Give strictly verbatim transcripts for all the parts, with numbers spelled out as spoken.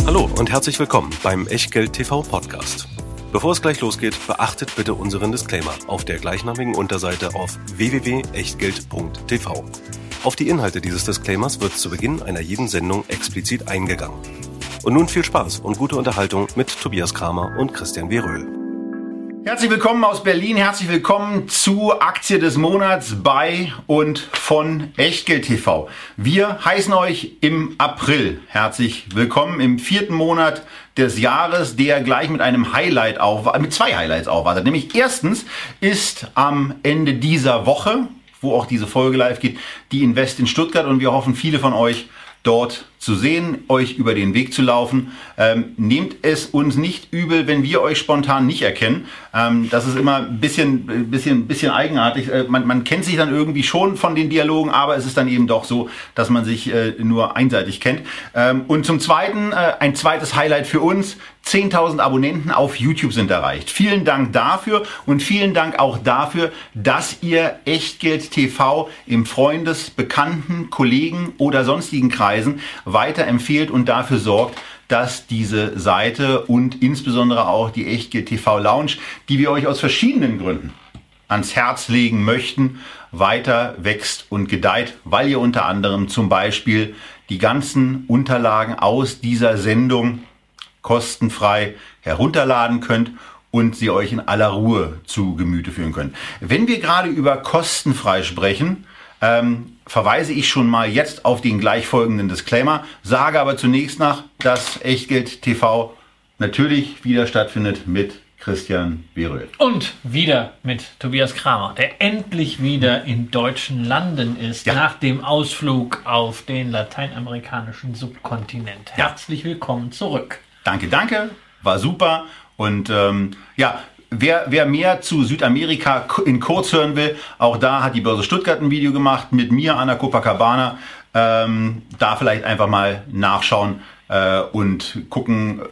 Hallo und herzlich willkommen beim Echtgeld T V Podcast. Bevor es gleich losgeht, beachtet bitte unseren Disclaimer auf der gleichnamigen Unterseite auf w w w punkt echtgeld punkt t v. Auf die Inhalte dieses Disclaimers wird zu Beginn einer jeden Sendung explizit eingegangen. Und nun viel Spaß und gute Unterhaltung mit Tobias Kramer und Christian W. Röhl. Herzlich willkommen aus Berlin, herzlich willkommen zu Aktie des Monats bei und von Echtgeld T V. Wir heißen euch im April herzlich willkommen im vierten Monat des Jahres, der gleich mit einem Highlight auf, mit zwei Highlights aufwartet. Nämlich erstens ist am Ende dieser Woche, wo auch diese Folge live geht, die Invest in Stuttgart und wir hoffen, viele von euch dort zu sehen, euch über den Weg zu laufen. Ähm, nehmt es uns nicht übel, wenn wir euch spontan nicht erkennen. Ähm, das ist immer ein bisschen, bisschen, bisschen eigenartig. Äh, man, man kennt sich dann irgendwie schon von den Dialogen, aber es ist dann eben doch so, dass man sich äh, nur einseitig kennt. Ähm, und zum Zweiten, äh, ein zweites Highlight für uns. zehntausend Abonnenten auf YouTube sind erreicht. Vielen Dank dafür und vielen Dank auch dafür, dass ihr Echtgeld T V im Freundes-, Bekannten-, Kollegen oder sonstigen Kreisen weiterempfehlt und dafür sorgt, dass diese Seite und insbesondere auch die Echtgeld T V Lounge, die wir euch aus verschiedenen Gründen ans Herz legen möchten, weiter wächst und gedeiht, weil ihr unter anderem zum Beispiel die ganzen Unterlagen aus dieser Sendung kostenfrei herunterladen könnt und sie euch in aller Ruhe zu Gemüte führen könnt. Wenn wir gerade über kostenfrei sprechen, ähm, verweise ich schon mal jetzt auf den gleich folgenden Disclaimer, sage aber zunächst nach, dass Echtgeld T V natürlich wieder stattfindet mit Christian W. Röhl. Und wieder mit Tobias Kramer, der endlich wieder in deutschen Landen ist, ja, nach dem Ausflug auf den lateinamerikanischen Subkontinent. Herzlich willkommen zurück. Danke, danke, war super. Und ähm, ja, wer, wer mehr zu Südamerika in kurz hören will, auch da hat die Börse Stuttgart ein Video gemacht mit mir an der Copacabana. Ähm, da vielleicht einfach mal nachschauen äh, und gucken,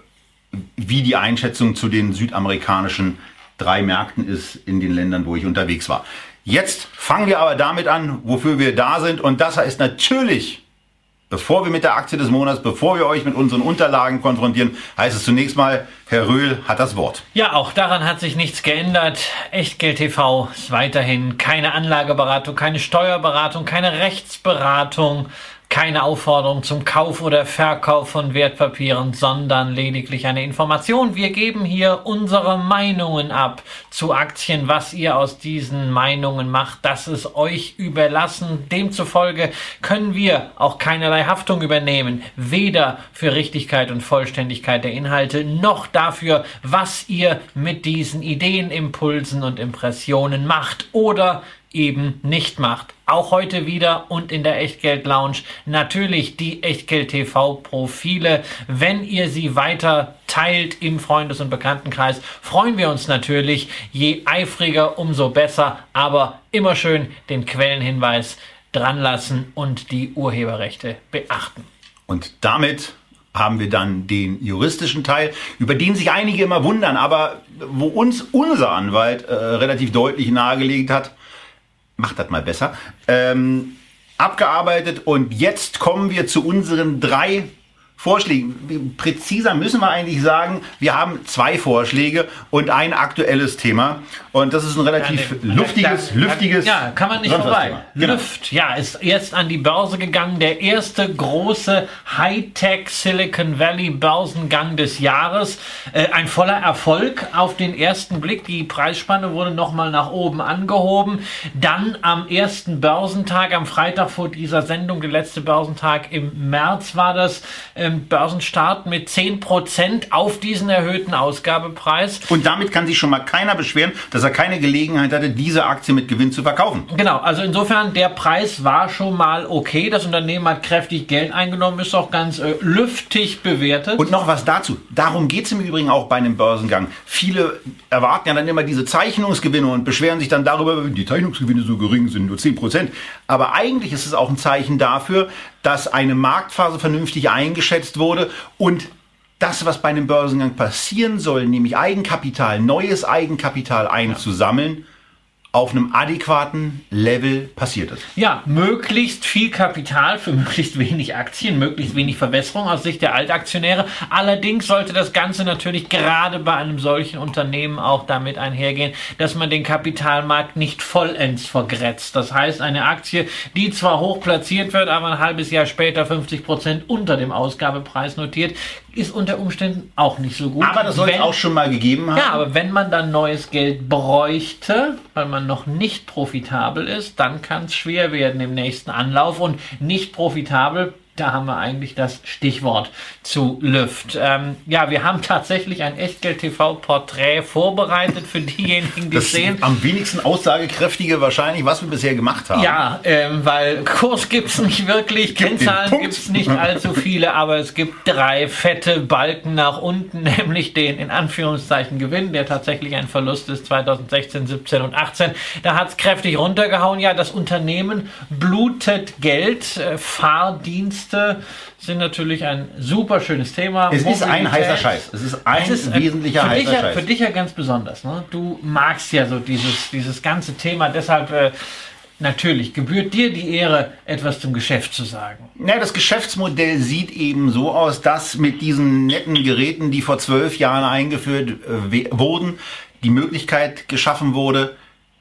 wie die Einschätzung zu den südamerikanischen drei Märkten ist in den Ländern, wo ich unterwegs war. Jetzt fangen wir aber damit an, wofür wir da sind. Und das heißt natürlich, bevor wir mit der Aktie des Monats, bevor wir euch mit unseren Unterlagen konfrontieren, heißt es zunächst mal, Herr Röhl hat das Wort. Ja, auch daran hat sich nichts geändert. Echtgeld T V ist weiterhin keine Anlageberatung, keine Steuerberatung, keine Rechtsberatung, keine Aufforderung zum Kauf oder Verkauf von Wertpapieren, sondern lediglich eine Information. Wir geben hier unsere Meinungen ab zu Aktien. Was ihr aus diesen Meinungen macht, das ist euch überlassen. Demzufolge können wir auch keinerlei Haftung übernehmen. Weder für Richtigkeit und Vollständigkeit der Inhalte, noch dafür, was ihr mit diesen Ideen, Impulsen und Impressionen macht oder eben nicht macht. Auch heute wieder und in der Echtgeld Lounge natürlich die Echtgeld T V Profile. Wenn ihr sie weiter teilt im Freundes- und Bekanntenkreis, freuen wir uns natürlich. Je eifriger, umso besser. Aber immer schön den Quellenhinweis dran lassen und die Urheberrechte beachten. Und damit haben wir dann den juristischen Teil, über den sich einige immer wundern, aber wo uns unser Anwalt äh, relativ deutlich nahegelegt hat, macht das mal besser, ähm, abgearbeitet. Und jetzt kommen wir zu unseren drei Vorschlägen. Präziser müssen wir eigentlich sagen, wir haben zwei Vorschläge und ein aktuelles Thema. Und das ist ein relativ ja, luftiges, da, lüftiges... Ja, kann man nicht vorbei. Genau. Lüft, ja, ist jetzt an die Börse gegangen. Der erste große Hightech Silicon Valley Börsengang des Jahres. Äh, ein voller Erfolg auf den ersten Blick. Die Preisspanne wurde nochmal nach oben angehoben. Dann am ersten Börsentag, am Freitag vor dieser Sendung, der letzte Börsentag im März war das, äh, Börsenstart mit zehn Prozent auf diesen erhöhten Ausgabepreis. Und damit kann sich schon mal keiner beschweren, dass er keine Gelegenheit hatte, diese Aktie mit Gewinn zu verkaufen. Genau, also insofern, der Preis war schon mal okay. Das Unternehmen hat kräftig Geld eingenommen, ist auch ganz äh, lüftig bewertet. Und noch was dazu. Darum geht es im Übrigen auch bei einem Börsengang. Viele erwarten ja dann immer diese Zeichnungsgewinne und beschweren sich dann darüber, wenn die Zeichnungsgewinne so gering sind, nur zehn Prozent. Aber eigentlich ist es auch ein Zeichen dafür, dass eine Marktphase vernünftig eingeschätzt wurde und das, was bei einem Börsengang passieren soll, nämlich Eigenkapital, neues Eigenkapital einzusammeln, auf einem adäquaten Level passiert ist. Ja, möglichst viel Kapital für möglichst wenig Aktien, möglichst wenig Verwässerung aus Sicht der Altaktionäre. Allerdings sollte das Ganze natürlich gerade bei einem solchen Unternehmen auch damit einhergehen, dass man den Kapitalmarkt nicht vollends vergrätzt. Das heißt, eine Aktie, die zwar hoch platziert wird, aber ein halbes Jahr später fünfzig Prozent unter dem Ausgabepreis notiert, ist unter Umständen auch nicht so gut. Aber das soll es auch schon mal gegeben haben. Ja, aber wenn man dann neues Geld bräuchte, weil man noch nicht profitabel ist, dann kann es schwer werden im nächsten Anlauf. Und nicht profitabel, da haben wir eigentlich das Stichwort zu Lüft. Ähm, ja, wir haben tatsächlich ein Echtgeld-T V-Porträt vorbereitet für diejenigen, die das sehen. Am wenigsten aussagekräftige wahrscheinlich, was wir bisher gemacht haben. Ja, ähm, weil Kurs gibt es nicht wirklich, Kennzahlen gibt es nicht allzu viele, aber es gibt drei fette Balken nach unten, nämlich den in Anführungszeichen Gewinn, der tatsächlich ein Verlust ist zweitausendsechzehn, siebzehn und achtzehn. Da hat es kräftig runtergehauen. Ja, das Unternehmen blutet Geld, äh, Fahrdienste sind natürlich ein super schönes Thema. Es ist ein heißer Scheiß. Es ist ein es ist wesentlicher für heißer dich, Scheiß. Für dich ja ganz besonders. Ne? Du magst ja so dieses, dieses ganze Thema. Deshalb äh, natürlich gebührt dir die Ehre, etwas zum Geschäft zu sagen. Ja, das Geschäftsmodell sieht eben so aus, dass mit diesen netten Geräten, die vor zwölf Jahren eingeführt äh, wurden, die Möglichkeit geschaffen wurde,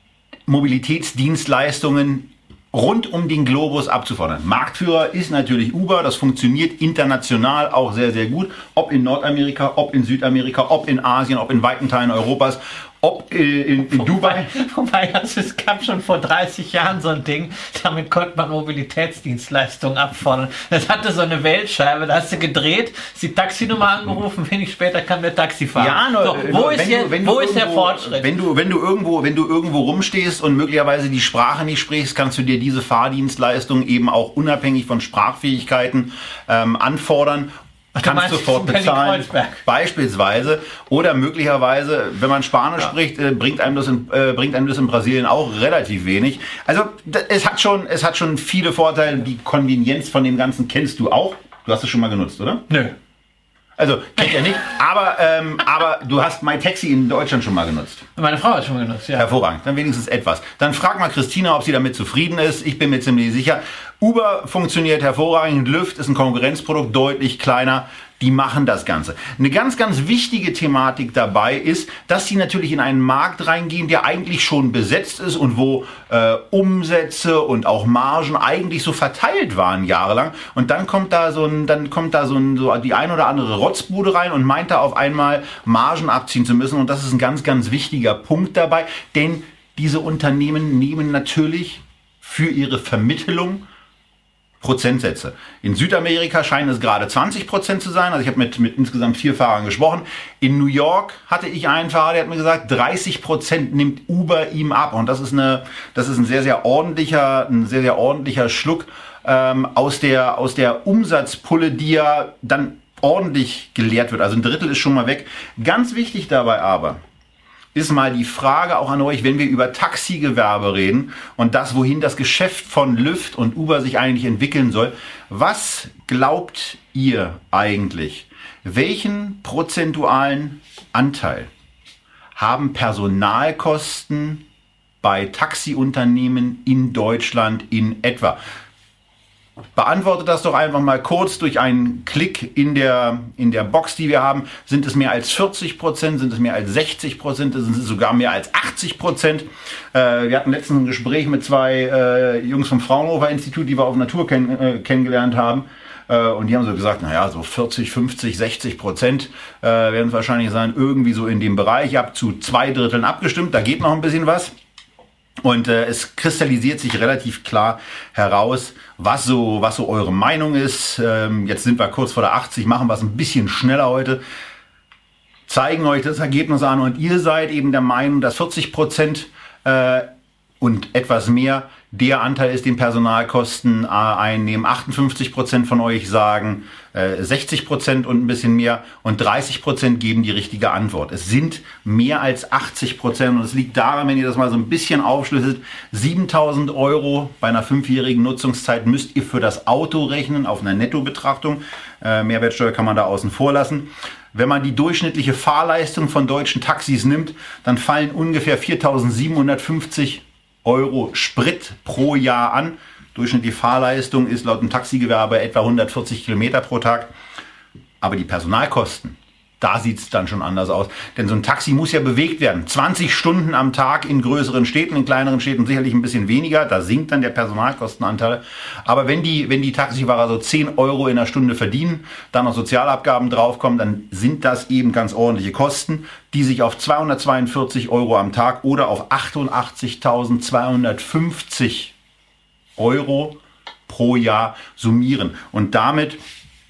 Mobilitätsdienstleistungen rund um den Globus abzufordern. Marktführer ist natürlich Uber, das funktioniert international auch sehr, sehr gut. Ob in Nordamerika, ob in Südamerika, ob in Asien, ob in weiten Teilen Europas, ob in, in, in Dubai. Wobei, also es gab schon vor dreißig Jahren so ein Ding, damit konnte man Mobilitätsdienstleistungen abfordern. Das hatte so eine Wählscheibe, da hast du gedreht, ist die Taxinummer angerufen, wenig später kam der Taxifahrer. Ja, nur, so, wo nur, ist, wenn hier, du, wenn wo du ist irgendwo, der Fortschritt? Wenn du, wenn, du irgendwo, wenn du irgendwo rumstehst und möglicherweise die Sprache nicht sprichst, kannst du dir diese Fahrdienstleistung eben auch unabhängig von Sprachfähigkeiten ähm, anfordern. Kannst sofort bezahlen, beispielsweise. Oder möglicherweise, wenn man Spanisch ja. spricht, äh, bringt einem das in, äh, bringt einem das in Brasilien auch relativ wenig. Also d- es hat schon, es hat schon viele Vorteile. Die Konvenienz von dem Ganzen kennst du auch. Du hast es schon mal genutzt, oder? Nö. Also, kennt ihr nicht. Aber, ähm, aber du hast MyTaxi in Deutschland schon mal genutzt. Meine Frau hat schon mal genutzt, ja. Hervorragend. Dann wenigstens etwas. Dann frag mal Christina, ob sie damit zufrieden ist. Ich bin mir ziemlich sicher. Uber funktioniert hervorragend. Lyft ist ein Konkurrenzprodukt, deutlich kleiner. Die machen das Ganze. Eine ganz, ganz wichtige Thematik dabei ist, dass sie natürlich in einen Markt reingehen, der eigentlich schon besetzt ist und wo äh, Umsätze und auch Margen eigentlich so verteilt waren jahrelang. Und dann kommt da so ein, dann kommt da so, ein, so die ein oder andere Rotzbude rein und meint da auf einmal Margen abziehen zu müssen. Und das ist ein ganz, ganz wichtiger Punkt dabei, denn diese Unternehmen nehmen natürlich für ihre Vermittlung Prozentsätze. In Südamerika scheinen es gerade zwanzig Prozent zu sein. Also ich habe mit, mit insgesamt vier Fahrern gesprochen. In New York hatte ich einen Fahrer, der hat mir gesagt, dreißig Prozent nimmt Uber ihm ab. Und das ist eine, das ist ein sehr, sehr ordentlicher, ein sehr, sehr ordentlicher Schluck ähm, aus der, aus der Umsatzpulle, die ja dann ordentlich geleert wird. Also ein Drittel ist schon mal weg. Ganz wichtig dabei aber ist mal die Frage auch an euch, wenn wir über Taxigewerbe reden und das, wohin das Geschäft von Lyft und Uber sich eigentlich entwickeln soll. Was glaubt ihr eigentlich? Welchen prozentualen Anteil haben Personalkosten bei Taxiunternehmen in Deutschland in etwa? Beantwortet das doch einfach mal kurz durch einen Klick in der, in der Box, die wir haben. Sind es mehr als vierzig Prozent? Sind es mehr als sechzig Prozent? Sind es sogar mehr als achtzig Prozent? Äh, wir hatten letztens ein Gespräch mit zwei äh, Jungs vom Fraunhofer Institut, die wir auf Natur kenn, äh, kennengelernt haben. Äh, und die haben so gesagt, naja, so vierzig, fünfzig, sechzig Prozent äh, werden es wahrscheinlich sein. Irgendwie so in dem Bereich. Ich habe zu zwei Dritteln abgestimmt. Da geht noch ein bisschen was. Und äh, es kristallisiert sich relativ klar heraus, was so, was so eure Meinung ist. Ähm, jetzt sind wir kurz vor der achtzig, machen wir es ein bisschen schneller heute, zeigen euch das Ergebnis an und ihr seid eben der Meinung, dass vierzig Prozent äh, und etwas mehr der Anteil ist, den Personalkosten äh, einnehmen. achtundfünfzig Prozent von euch sagen äh, sechzig Prozent und ein bisschen mehr und dreißig Prozent geben die richtige Antwort. Es sind mehr als achtzig Prozent und es liegt daran, wenn ihr das mal so ein bisschen aufschlüsselt, siebentausend Euro bei einer fünfjährigen Nutzungszeit müsst ihr für das Auto rechnen auf einer Nettobetrachtung. Äh, Mehrwertsteuer kann man da außen vor lassen. Wenn man die durchschnittliche Fahrleistung von deutschen Taxis nimmt, dann fallen ungefähr viertausendsiebenhundertfünfzig Euro Sprit pro Jahr an. Durchschnittliche Fahrleistung ist laut dem Taxigewerbe etwa hundertvierzig Kilometer pro Tag. Aber die Personalkosten, da sieht es dann schon anders aus. Denn so ein Taxi muss ja bewegt werden. zwanzig Stunden am Tag in größeren Städten, in kleineren Städten sicherlich ein bisschen weniger. Da sinkt dann der Personalkostenanteil. Aber wenn die, wenn die Taxifahrer so zehn Euro in der Stunde verdienen, dann noch Sozialabgaben draufkommen, dann sind das eben ganz ordentliche Kosten, die sich auf zweihundertzweiundvierzig Euro am Tag oder auf achtundachtzigtausendzweihundertfünfzig Euro pro Jahr summieren. Und damit,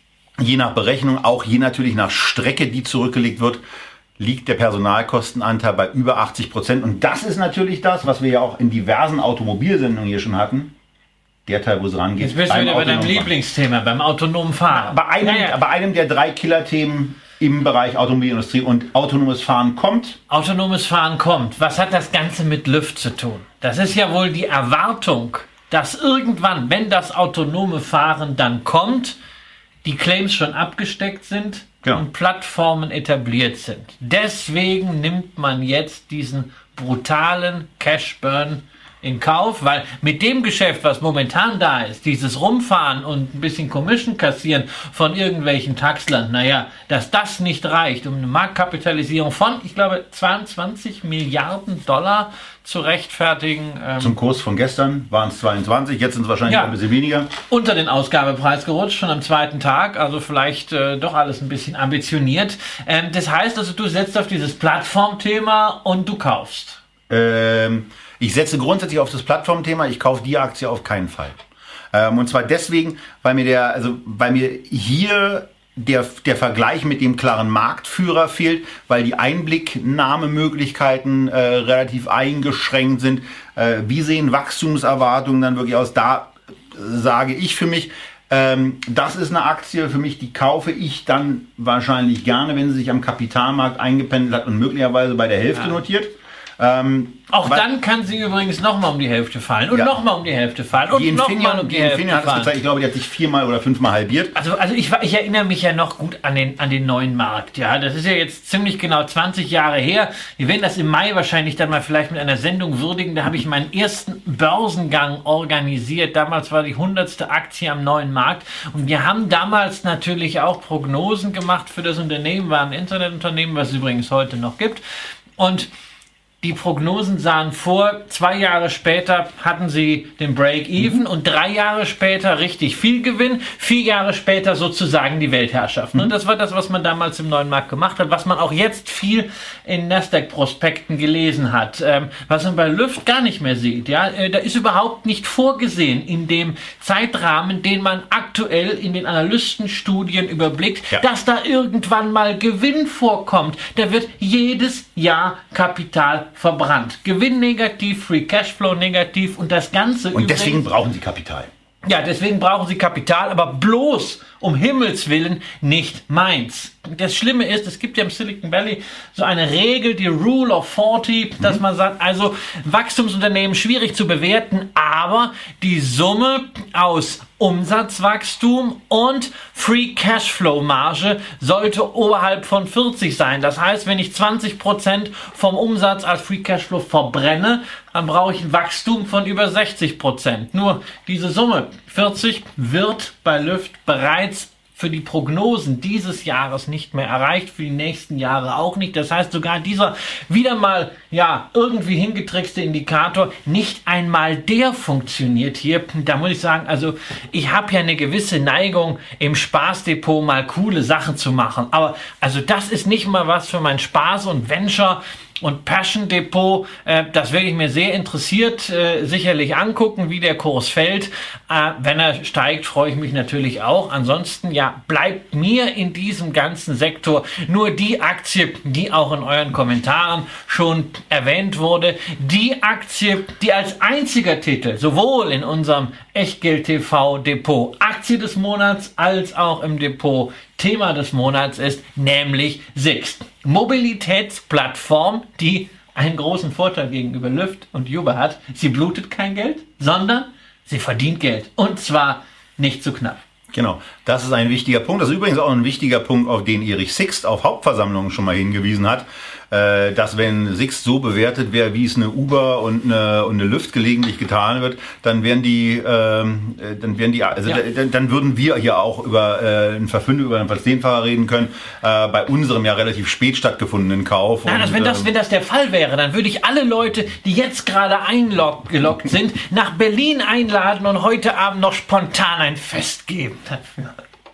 je nach Berechnung, auch je natürlich nach Strecke, die zurückgelegt wird, liegt der Personalkostenanteil bei über achtzig Prozent. Und das ist natürlich das, was wir ja auch in diversen Automobilsendungen hier schon hatten. Der Teil, wo es rangeht. Jetzt bist du wieder bei deinem Lieblingsthema, beim autonomen Fahren. Bei einem, ja, ja. bei einem der drei Killerthemen im Bereich Automobilindustrie. Und autonomes Fahren kommt. Autonomes Fahren kommt. Was hat das Ganze mit Lyft zu tun? Das ist ja wohl die Erwartung, dass irgendwann, wenn das autonome Fahren dann kommt, die Claims schon abgesteckt sind, genau, und Plattformen etabliert sind. Deswegen nimmt man jetzt diesen brutalen Cashburn in Kauf, weil mit dem Geschäft, was momentan da ist, dieses Rumfahren und ein bisschen Commission kassieren von irgendwelchen Taxlern, naja, dass das nicht reicht, um eine Marktkapitalisierung von, ich glaube, zweiundzwanzig Milliarden Dollar zu rechtfertigen. Ähm, Zum Kurs von gestern waren es zweiundzwanzig, jetzt sind es wahrscheinlich ja, ein bisschen weniger. Unter den Ausgabepreis gerutscht, schon am zweiten Tag, also vielleicht äh, doch alles ein bisschen ambitioniert. Ähm, das heißt also, du setzt auf dieses Plattformthema und du kaufst. Ähm... Ich setze grundsätzlich auf das Plattformthema, ich kaufe die Aktie auf keinen Fall. Ähm, und zwar deswegen, weil mir der, also weil mir hier der, der Vergleich mit dem klaren Marktführer fehlt, weil die Einblicknahmemöglichkeiten äh, relativ eingeschränkt sind. Äh, wie sehen Wachstumserwartungen dann wirklich aus? Da äh, sage ich für mich, ähm, das ist eine Aktie für mich, die kaufe ich dann wahrscheinlich gerne, wenn sie sich am Kapitalmarkt eingependelt hat und möglicherweise bei der Hälfte ja. notiert. Ähm, Auch dann kann sie übrigens nochmal um die Hälfte fallen und ja. nochmal um die Hälfte fallen und nochmal um die, die Hälfte Infineon fallen. Hat gezeigt, ich glaube, die hat sich viermal oder fünfmal halbiert. Also, also ich, ich erinnere mich ja noch gut an den, an den neuen Markt. Ja, das ist ja jetzt ziemlich genau zwanzig Jahre her. Wir werden das im Mai wahrscheinlich dann mal vielleicht mit einer Sendung würdigen. Da habe ich meinen ersten Börsengang organisiert. Damals war die hundertste Aktie am neuen Markt. Und wir haben damals natürlich auch Prognosen gemacht für das Unternehmen. War ein Internetunternehmen, was es übrigens heute noch gibt. Und die Prognosen sahen vor, zwei Jahre später hatten sie den Break-Even mhm. und drei Jahre später richtig viel Gewinn, vier Jahre später sozusagen die Weltherrschaft. Mhm. Und das war das, was man damals im neuen Markt gemacht hat, was man auch jetzt viel in Nasdaq-Prospekten gelesen hat, ähm, was man bei Lyft gar nicht mehr sieht. Ja? Äh, da ist überhaupt nicht vorgesehen in dem Zeitrahmen, den man aktuell in den Analystenstudien überblickt, ja. dass da irgendwann mal Gewinn vorkommt. Da wird jedes Jahr Kapital verbrannt. Gewinn negativ, Free Cashflow negativ und das Ganze. Und deswegen brauchen sie Kapital. Ja, deswegen brauchen sie Kapital, aber bloß um Himmels Willen nicht meins. Das Schlimme ist, es gibt ja im Silicon Valley so eine Regel, die Rule of vierzig, dass mhm. man sagt, also Wachstumsunternehmen schwierig zu bewerten, aber die Summe aus Umsatzwachstum und Free Cashflow Marge sollte oberhalb von vierzig sein. Das heißt, wenn ich zwanzig Prozent vom Umsatz als Free Cashflow verbrenne, dann brauche ich ein Wachstum von über sechzig Prozent. Nur diese Summe vierzig wird bei Lyft bereits für die Prognosen dieses Jahres nicht mehr erreicht, für die nächsten Jahre auch nicht. Das heißt, sogar dieser wieder mal ja irgendwie hingetrickste Indikator, nicht einmal der funktioniert hier. Da muss ich sagen, also ich habe ja eine gewisse Neigung, im Spaßdepot mal coole Sachen zu machen. Aber also das ist nicht mal was für mein Spaß- und Venture- und Passion Depot, äh, das werde ich mir sehr interessiert äh, sicherlich angucken, wie der Kurs fällt. Äh, wenn er steigt, freue ich mich natürlich auch. Ansonsten ja, bleibt mir in diesem ganzen Sektor nur die Aktie, die auch in euren Kommentaren schon erwähnt wurde. Die Aktie, die als einziger Titel sowohl in unserem Echtgeld-T V Depot Aktie des Monats als auch im Depot Thema des Monats ist, nämlich Sixt. Mobilitätsplattform, die einen großen Vorteil gegenüber Lyft und Uber hat. Sie blutet kein Geld, sondern sie verdient Geld. Und zwar nicht zu knapp. Genau, das ist ein wichtiger Punkt. Das ist übrigens auch ein wichtiger Punkt, auf den Erich Sixt auf Hauptversammlungen schon mal hingewiesen hat. äh, dass wenn Sixt so bewertet wäre, wie es eine Uber und eine, und eine Lyft gelegentlich getan wird, dann wären die, ähm, dann wären die, also ja. dann, dann würden wir hier auch über äh, einen Verfünde, über einen Verzehnfacher reden können, äh, bei unserem ja relativ spät stattgefundenen Kauf. Nein, also wenn das, wenn das der Fall wäre, dann würde ich alle Leute, die jetzt gerade eingeloggt sind, nach Berlin einladen und heute Abend noch spontan ein Fest geben dafür.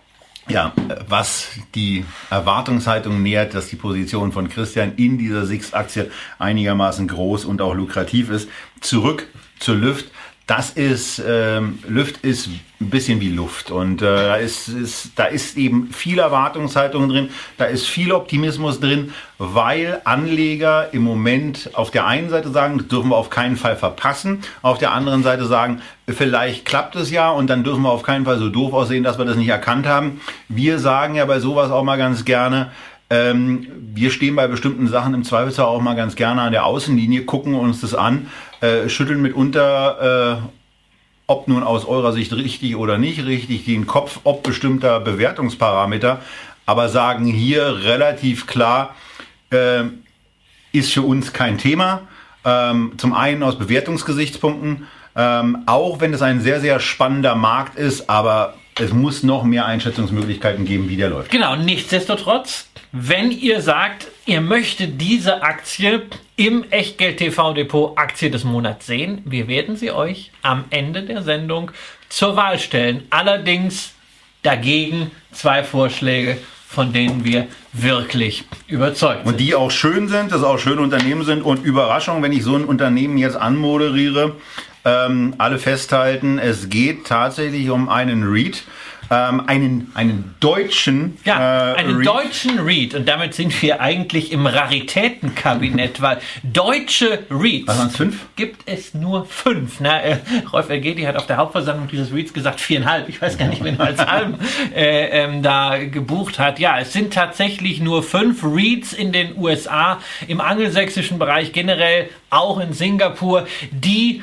Ja, was die Erwartungshaltung nähert, dass die Position von Christian in dieser Sixt-Aktie einigermaßen groß und auch lukrativ ist. Zurück zur Lyft. Das ist, ähm, Lyft ist ein bisschen wie Luft und äh, da, ist, ist, da ist eben viel Erwartungshaltung drin, da ist viel Optimismus drin, weil Anleger im Moment auf der einen Seite sagen, das dürfen wir auf keinen Fall verpassen, auf der anderen Seite sagen, vielleicht klappt es ja und dann dürfen wir auf keinen Fall so doof aussehen, dass wir das nicht erkannt haben. Wir sagen ja bei sowas auch mal ganz gerne, Ähm, wir stehen bei bestimmten Sachen im Zweifelsfall auch mal ganz gerne an der Außenlinie, gucken uns das an, äh, schütteln mitunter, äh, ob nun aus eurer Sicht richtig oder nicht richtig, den Kopf ob bestimmter Bewertungsparameter, aber sagen hier relativ klar, äh, ist für uns kein Thema. Ähm, zum einen aus Bewertungsgesichtspunkten, ähm, auch wenn es ein sehr, sehr spannender Markt ist, aber es muss noch mehr Einschätzungsmöglichkeiten geben, wie der läuft. Genau, nichtsdestotrotz, wenn ihr sagt, ihr möchtet diese Aktie im Echtgeld-T V-Depot Aktie des Monats sehen, wir werden sie euch am Ende der Sendung zur Wahl stellen. Allerdings dagegen zwei Vorschläge, von denen wir wirklich überzeugt sind. Und die auch schön sind, das auch schöne Unternehmen sind. Und Überraschung, wenn ich so ein Unternehmen jetzt anmoderiere, ähm, alle festhalten, es geht tatsächlich um einen REIT. Ähm, einen, einen deutschen Ja, äh, einen REIT. deutschen REIT. Und damit sind wir eigentlich im Raritätenkabinett, weil deutsche REITs Was waren's, fünf? gibt es nur fünf. Na, äh, Rolf Elgeti hat auf der Hauptversammlung dieses REITs gesagt viereinhalb. Ich weiß gar nicht, wen er als halben äh, ähm, da gebucht hat. Ja, es sind tatsächlich nur fünf REITs in den U S A, im angelsächsischen Bereich generell, auch in Singapur, die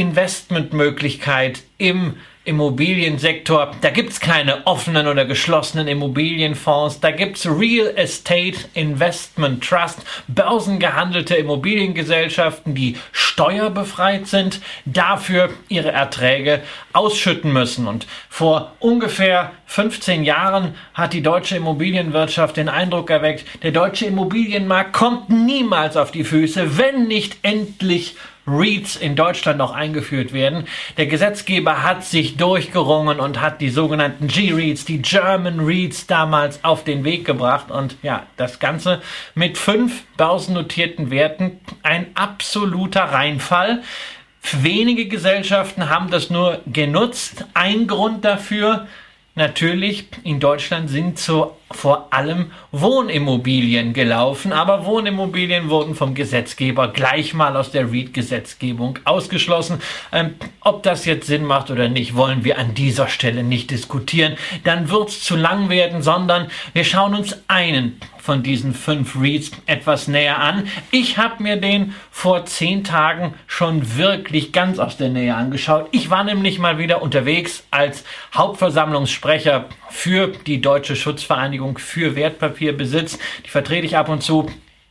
Investmentmöglichkeit im Immobiliensektor, da gibt es keine offenen oder geschlossenen Immobilienfonds, da gibt es Real Estate Investment Trust, börsengehandelte Immobiliengesellschaften, die steuerbefreit sind, dafür ihre Erträge ausschütten müssen. Und vor ungefähr fünfzehn Jahren hat die deutsche Immobilienwirtschaft den Eindruck erweckt, der deutsche Immobilienmarkt kommt niemals auf die Füße, wenn nicht endlich REITs in Deutschland noch eingeführt werden. Der Gesetzgeber hat sich durchgerungen und hat die sogenannten G-REITs, die German REITs damals auf den Weg gebracht. Und ja, das Ganze mit fünf börsennotierten Werten, ein absoluter Reinfall. Wenige Gesellschaften haben das nur genutzt. Ein Grund dafür, natürlich, in Deutschland sind so vor allem Wohnimmobilien gelaufen, aber Wohnimmobilien wurden vom Gesetzgeber gleich mal aus der REIT-Gesetzgebung ausgeschlossen. Ähm, ob das jetzt Sinn macht oder nicht, wollen wir an dieser Stelle nicht diskutieren. Dann wird es zu lang werden, sondern wir schauen uns einen von diesen fünf REITs etwas näher an. Ich habe mir den vor zehn Tagen schon wirklich ganz aus der Nähe angeschaut. Ich war nämlich mal wieder unterwegs als Hauptversammlungssprecher für die Deutsche Schutzvereinigung für Wertpapierbesitz. Die vertrete ich ab und zu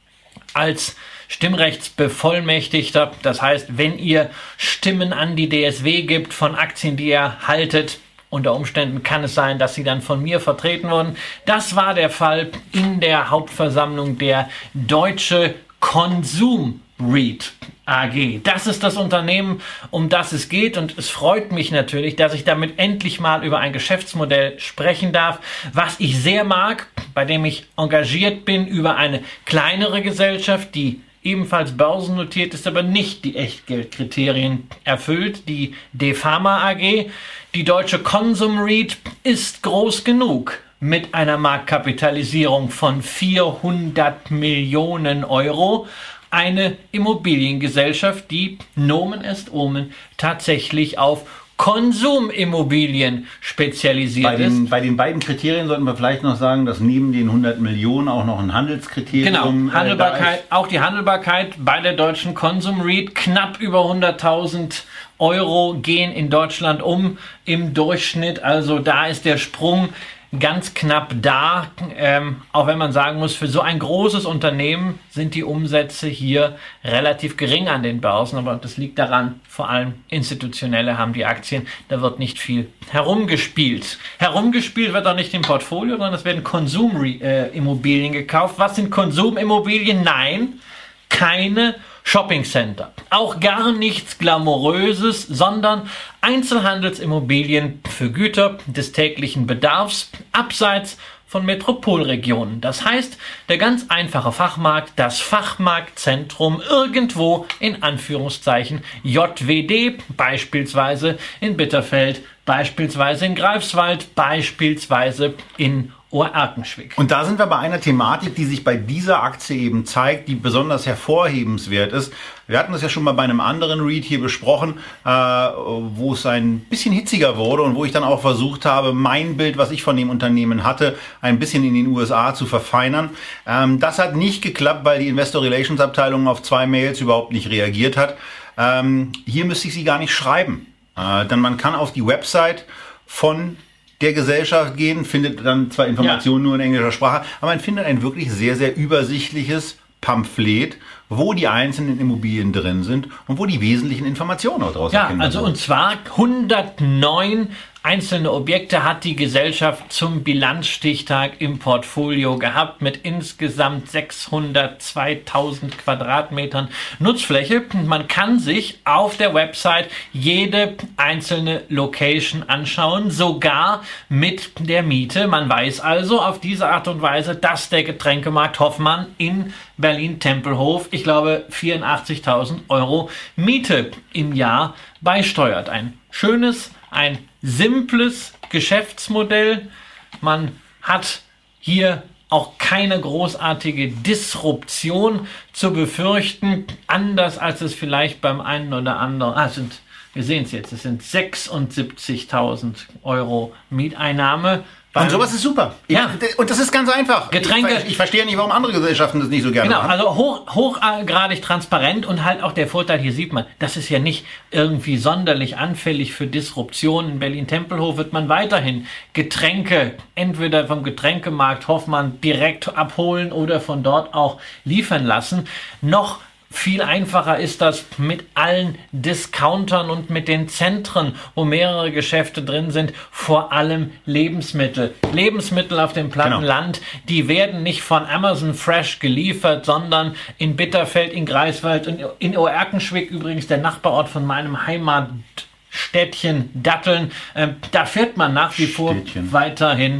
als Stimmrechtsbevollmächtigter. Das heißt, wenn ihr Stimmen an die D S W gibt von Aktien, die ihr haltet, unter Umständen kann es sein, dass sie dann von mir vertreten wurden. Das war der Fall in der Hauptversammlung der Deutsche Konsum REIT A G. Das ist das Unternehmen, um das es geht, und es freut mich natürlich, dass ich damit endlich mal über ein Geschäftsmodell sprechen darf, was ich sehr mag, bei dem ich engagiert bin, über eine kleinere Gesellschaft, die ebenfalls börsennotiert ist, aber nicht die Echtgeldkriterien erfüllt, die DEFAMA A G. Die Deutsche Konsum REIT ist groß genug mit einer Marktkapitalisierung von vierhundert Millionen Euro. Eine Immobiliengesellschaft, die Nomen est Omen tatsächlich auf Konsumimmobilien spezialisiert bei den, ist. Bei den beiden Kriterien sollten wir vielleicht noch sagen, dass neben den hundert Millionen auch noch ein Handelskriterium Genau, Handelbarkeit, äh, auch die Handelbarkeit bei der Deutschen Konsum REIT. Knapp über hunderttausend Euro gehen in Deutschland um im Durchschnitt. Also da ist der Sprung ganz knapp da, ähm, auch wenn man sagen muss, für so ein großes Unternehmen sind die Umsätze hier relativ gering an den Börsen, aber das liegt daran, vor allem Institutionelle haben die Aktien, da wird nicht viel herumgespielt. Herumgespielt wird auch nicht im Portfolio, sondern es werden Konsumimmobilien gekauft. Was sind Konsumimmobilien? Nein, keine Shoppingcenter. Auch gar nichts Glamouröses, sondern Einzelhandelsimmobilien für Güter des täglichen Bedarfs abseits von Metropolregionen. Das heißt, der ganz einfache Fachmarkt, das Fachmarktzentrum irgendwo in Anführungszeichen J W D, beispielsweise in Bitterfeld, beispielsweise in Greifswald, beispielsweise in Oerkenschwick. Und da sind wir bei einer Thematik, die sich bei dieser Aktie eben zeigt, die besonders hervorhebenswert ist. Wir hatten das ja schon mal bei einem anderen Read hier besprochen, äh, wo es ein bisschen hitziger wurde und wo ich dann auch versucht habe, mein Bild, was ich von dem Unternehmen hatte, ein bisschen in den U S A zu verfeinern. Ähm, das hat nicht geklappt, weil die Investor Relations Abteilung auf zwei Mails überhaupt nicht reagiert hat. Ähm, hier müsste ich sie gar nicht schreiben, äh, denn man kann auf die Website von der Gesellschaft gehen, findet dann zwar Informationen ja. nur in englischer Sprache, aber man findet ein wirklich sehr, sehr übersichtliches Pamphlet, wo die einzelnen Immobilien drin sind und wo die wesentlichen Informationen auch daraus erkennen. Ja, also und zwar hundertneun einzelne Objekte hat die Gesellschaft zum Bilanzstichtag im Portfolio gehabt mit insgesamt sechshundertzweitausend Quadratmetern Nutzfläche. Man kann sich auf der Website jede einzelne Location anschauen, sogar mit der Miete. Man weiß also auf diese Art und Weise, dass der Getränkemarkt Hoffmann in Berlin-Tempelhof, ich glaube, vierundachtzigtausend Euro Miete im Jahr beisteuert. Ein schönes, ein simples Geschäftsmodell. Man hat hier auch keine großartige Disruption zu befürchten, anders als es vielleicht beim einen oder anderen, ah, sind, wir sehen es jetzt, es sind sechsundsiebzigtausend Euro Mieteinnahme. Und sowas ist super. Ja. Und das ist ganz einfach. Getränke. Ich, ich verstehe nicht, warum andere Gesellschaften das nicht so gerne genau, machen. Genau, also hoch, hochgradig transparent und halt auch der Vorteil, hier sieht man, das ist ja nicht irgendwie sonderlich anfällig für Disruption. In Berlin-Tempelhof wird man weiterhin Getränke entweder vom Getränkemarkt Hoffmann direkt abholen oder von dort auch liefern lassen. Noch viel einfacher ist das mit allen Discountern und mit den Zentren, wo mehrere Geschäfte drin sind, vor allem Lebensmittel. Lebensmittel auf dem platten Genau. Land, die werden nicht von Amazon Fresh geliefert, sondern in Bitterfeld, in Greifswald und in Oerkenschwick, übrigens der Nachbarort von meinem Heimatstädtchen Datteln. Ähm, da fährt man nach wie vor Städtchen. weiterhin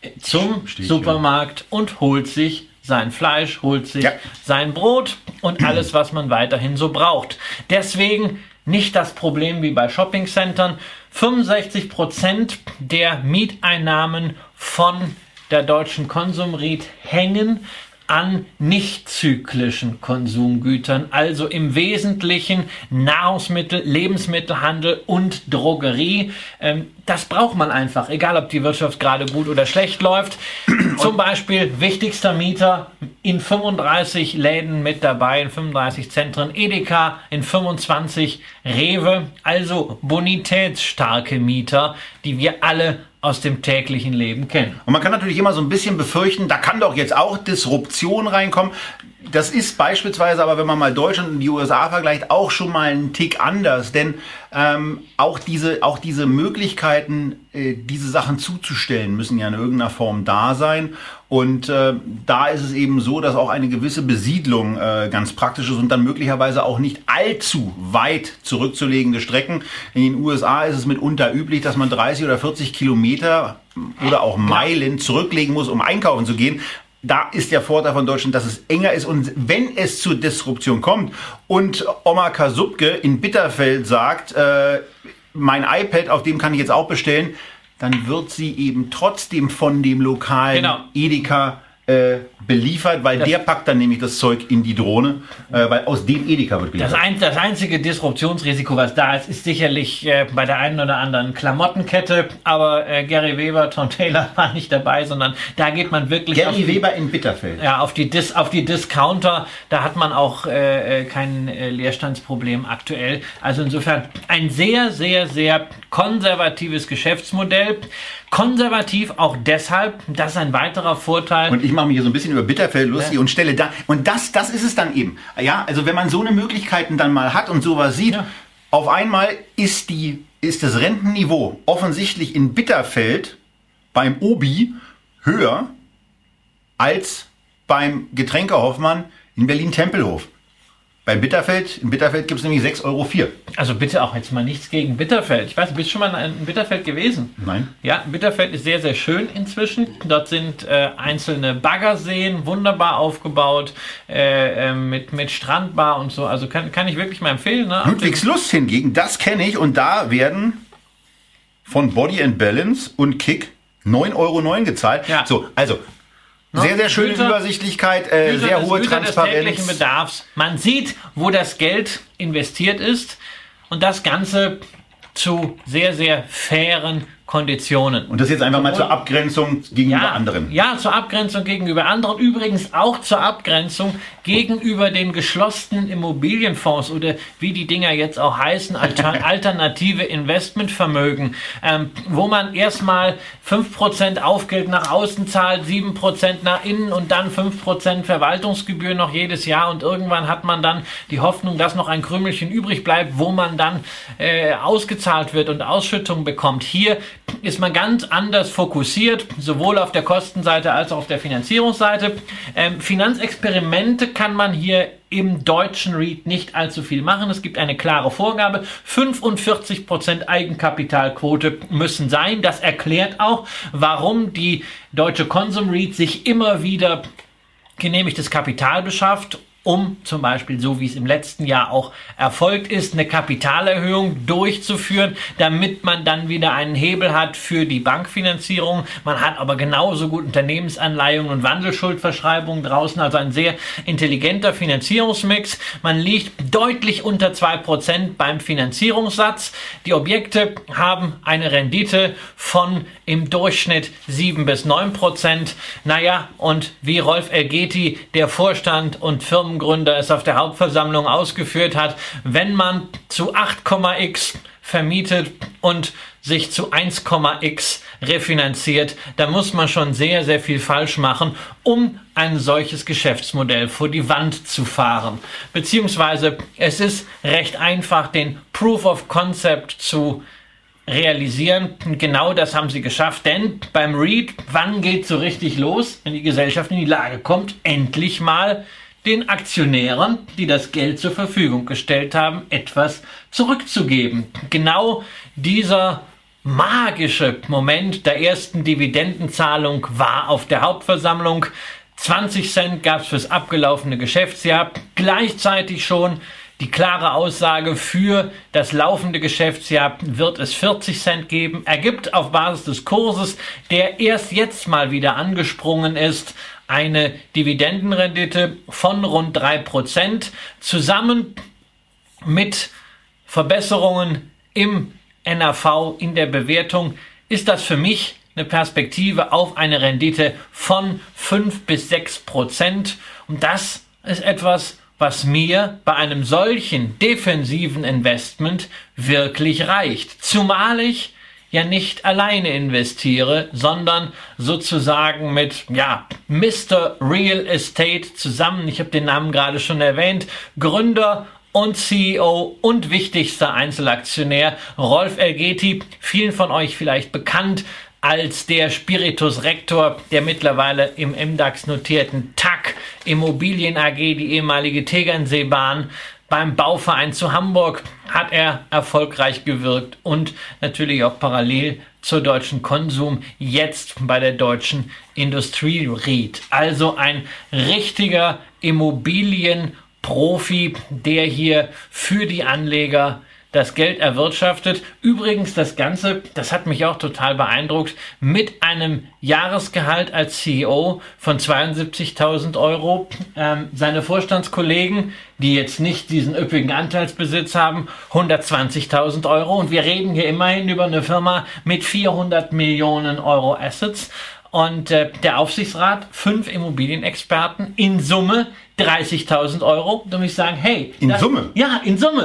zum Städtchen. Supermarkt und holt sich sein Fleisch, holt sich Ja. sein Brot und alles, was man weiterhin so braucht. Deswegen nicht das Problem wie bei Shoppingcentern. fünfundsechzig Prozent der Mieteinnahmen von der Deutschen Konsumried hängen an nicht zyklischen Konsumgütern, also im Wesentlichen Nahrungsmittel, Lebensmittelhandel und Drogerie. Ähm, das braucht man einfach, egal ob die Wirtschaft gerade gut oder schlecht läuft. Zum Beispiel wichtigster Mieter in fünfunddreißig Läden mit dabei, in fünfunddreißig Zentren Edeka, in fünfundzwanzig Rewe, also bonitätsstarke Mieter, die wir alle aus dem täglichen Leben kennen. Und man kann natürlich immer so ein bisschen befürchten, da kann doch jetzt auch Disruption reinkommen. Das ist beispielsweise aber, wenn man mal Deutschland und die U S A vergleicht, auch schon mal einen Tick anders. Denn ähm, auch diese, auch diese Möglichkeiten, äh, diese Sachen zuzustellen, müssen ja in irgendeiner Form da sein. Und äh, da ist es eben so, dass auch eine gewisse Besiedlung äh, ganz praktisch ist und dann möglicherweise auch nicht allzu weit zurückzulegende Strecken. In den U S A ist es mitunter üblich, dass man dreißig oder vierzig Kilometer oder auch Meilen zurücklegen muss, um einkaufen zu gehen. Da ist der Vorteil von Deutschland, dass es enger ist und wenn es zur Disruption kommt und Oma Kasubke in Bitterfeld sagt, äh, mein iPad, auf dem kann ich jetzt auch bestellen, dann wird sie eben trotzdem von dem lokalen Genau. Edeka äh, beliefert, weil Das- der packt dann nämlich das Zeug in die Drohne, äh, weil aus dem Edeka wird Das, geliefert. ein, das einzige Disruptionsrisiko, was da ist, ist sicherlich äh, bei der einen oder anderen Klamottenkette. Aber äh, Gary Weber, Tom Taylor war nicht dabei, sondern da geht man wirklich auf Gary die, Weber in Bitterfeld. ja, auf, die Dis, auf die Discounter. Da hat man auch äh, äh, kein äh, Leerstandsproblem aktuell. Also insofern ein sehr, sehr, sehr konservatives Geschäftsmodell. Konservativ auch deshalb, das ist ein weiterer Vorteil. Und ich mache mich hier so ein bisschen über Bitterfeld lustig ja. und stelle da, und das, das ist es dann eben. Ja, also wenn man so eine Möglichkeiten dann mal hat und sowas sieht, ja. auf einmal ist die, ist das Rentenniveau offensichtlich in Bitterfeld beim Obi höher als beim Getränke-Hoffmann in Berlin-Tempelhof. Bei Bitterfeld, in Bitterfeld gibt es nämlich sechs Euro vier. Also bitte auch jetzt mal nichts gegen Bitterfeld. Ich weiß, du bist schon mal in Bitterfeld gewesen? Nein. Ja, Bitterfeld ist sehr, sehr schön inzwischen. Dort sind äh, einzelne Baggerseen, wunderbar aufgebaut, äh, äh, mit, mit Strandbar und so. Also kann, kann ich wirklich mal empfehlen. Ne? Ludwigslust hingegen, das kenne ich, und da werden von Body and Balance und Kick neun Euro neun gezahlt. Ja. So, also sehr, sehr schöne Güter, Übersichtlichkeit, äh, Güter sehr des, hohe Güter Transparenz. des täglichen Bedarfs. Man sieht, wo das Geld investiert ist, und das Ganze zu sehr, sehr fairen Konditionen. Und das jetzt einfach mal zur Abgrenzung gegenüber ja, anderen. Ja, zur Abgrenzung gegenüber anderen. Übrigens auch zur Abgrenzung gegenüber den geschlossenen Immobilienfonds oder wie die Dinger jetzt auch heißen, alter, alternative Investmentvermögen, ähm, wo man erstmal fünf Prozent Aufgeld nach außen zahlt, sieben Prozent nach innen und dann fünf Prozent Verwaltungsgebühr noch jedes Jahr, und irgendwann hat man dann die Hoffnung, dass noch ein Krümelchen übrig bleibt, wo man dann äh, ausgezahlt wird und Ausschüttung bekommt. Hier ist man ganz anders fokussiert, sowohl auf der Kostenseite als auch auf der Finanzierungsseite. Ähm, Finanzexperimente kann man hier im deutschen REIT nicht allzu viel machen. Es gibt eine klare Vorgabe. fünfundvierzig Prozent Eigenkapitalquote müssen sein. Das erklärt auch, warum die deutsche Konsum REIT sich immer wieder genehmigtes Kapital beschafft, um zum Beispiel, so wie es im letzten Jahr auch erfolgt ist, eine Kapitalerhöhung durchzuführen, damit man dann wieder einen Hebel hat für die Bankfinanzierung. Man hat aber genauso gut Unternehmensanleihungen und Wandelschuldverschreibungen draußen, also ein sehr intelligenter Finanzierungsmix. Man liegt deutlich unter zwei Prozent beim Finanzierungssatz. Die Objekte haben eine Rendite von im Durchschnitt sieben bis neun Prozent. Naja, und wie Rolf Elgeti, der Vorstand und Firmen Gründer es auf der Hauptversammlung ausgeführt hat, wenn man zu acht x vermietet und sich zu eins x refinanziert, dann muss man schon sehr, sehr viel falsch machen, um ein solches Geschäftsmodell vor die Wand zu fahren. Beziehungsweise es ist recht einfach, den Proof of Concept zu realisieren. Und genau das haben sie geschafft, denn beim REIT, wann geht so richtig los, wenn die Gesellschaft in die Lage kommt, endlich mal den Aktionären, die das Geld zur Verfügung gestellt haben, etwas zurückzugeben. Genau dieser magische Moment der ersten Dividendenzahlung war auf der Hauptversammlung. zwanzig Cent gab es fürs abgelaufene Geschäftsjahr. Gleichzeitig schon die klare Aussage, für das laufende Geschäftsjahr wird es vierzig Cent geben. Ergibt auf Basis des Kurses, der erst jetzt mal wieder angesprungen ist, eine Dividendenrendite von rund drei Prozent. Zusammen mit Verbesserungen im N A V, in der Bewertung, ist das für mich eine Perspektive auf eine Rendite von fünf bis sechs Prozent. Und das ist etwas, was mir bei einem solchen defensiven Investment wirklich reicht. Zumal ich ja nicht alleine investiere, sondern sozusagen mit ja Mister Real Estate zusammen, ich habe den Namen gerade schon erwähnt, Gründer und C E O und wichtigster Einzelaktionär Rolf Elgeti, vielen von euch vielleicht bekannt als der Spiritus Rector der mittlerweile im M DAX notierten T A C Immobilien A G, die ehemalige Tegernseebahn. Beim Bauverein zu Hamburg hat er erfolgreich gewirkt und natürlich auch parallel zur Deutschen Konsum, jetzt bei der Deutschen Industrie REIT. Also ein richtiger Immobilienprofi, der hier für die Anleger das Geld erwirtschaftet. Übrigens das Ganze, das hat mich auch total beeindruckt, mit einem Jahresgehalt als C E O von zweiundsiebzigtausend Euro. Ähm, seine Vorstandskollegen, die jetzt nicht diesen üppigen Anteilsbesitz haben, hundertzwanzigtausend Euro. Und wir reden hier immerhin über eine Firma mit vierhundert Millionen Euro Assets. Und äh, der Aufsichtsrat, fünf Immobilienexperten, in Summe dreißigtausend Euro. Da muss ich sagen, hey. In das, Summe? Ja, in Summe.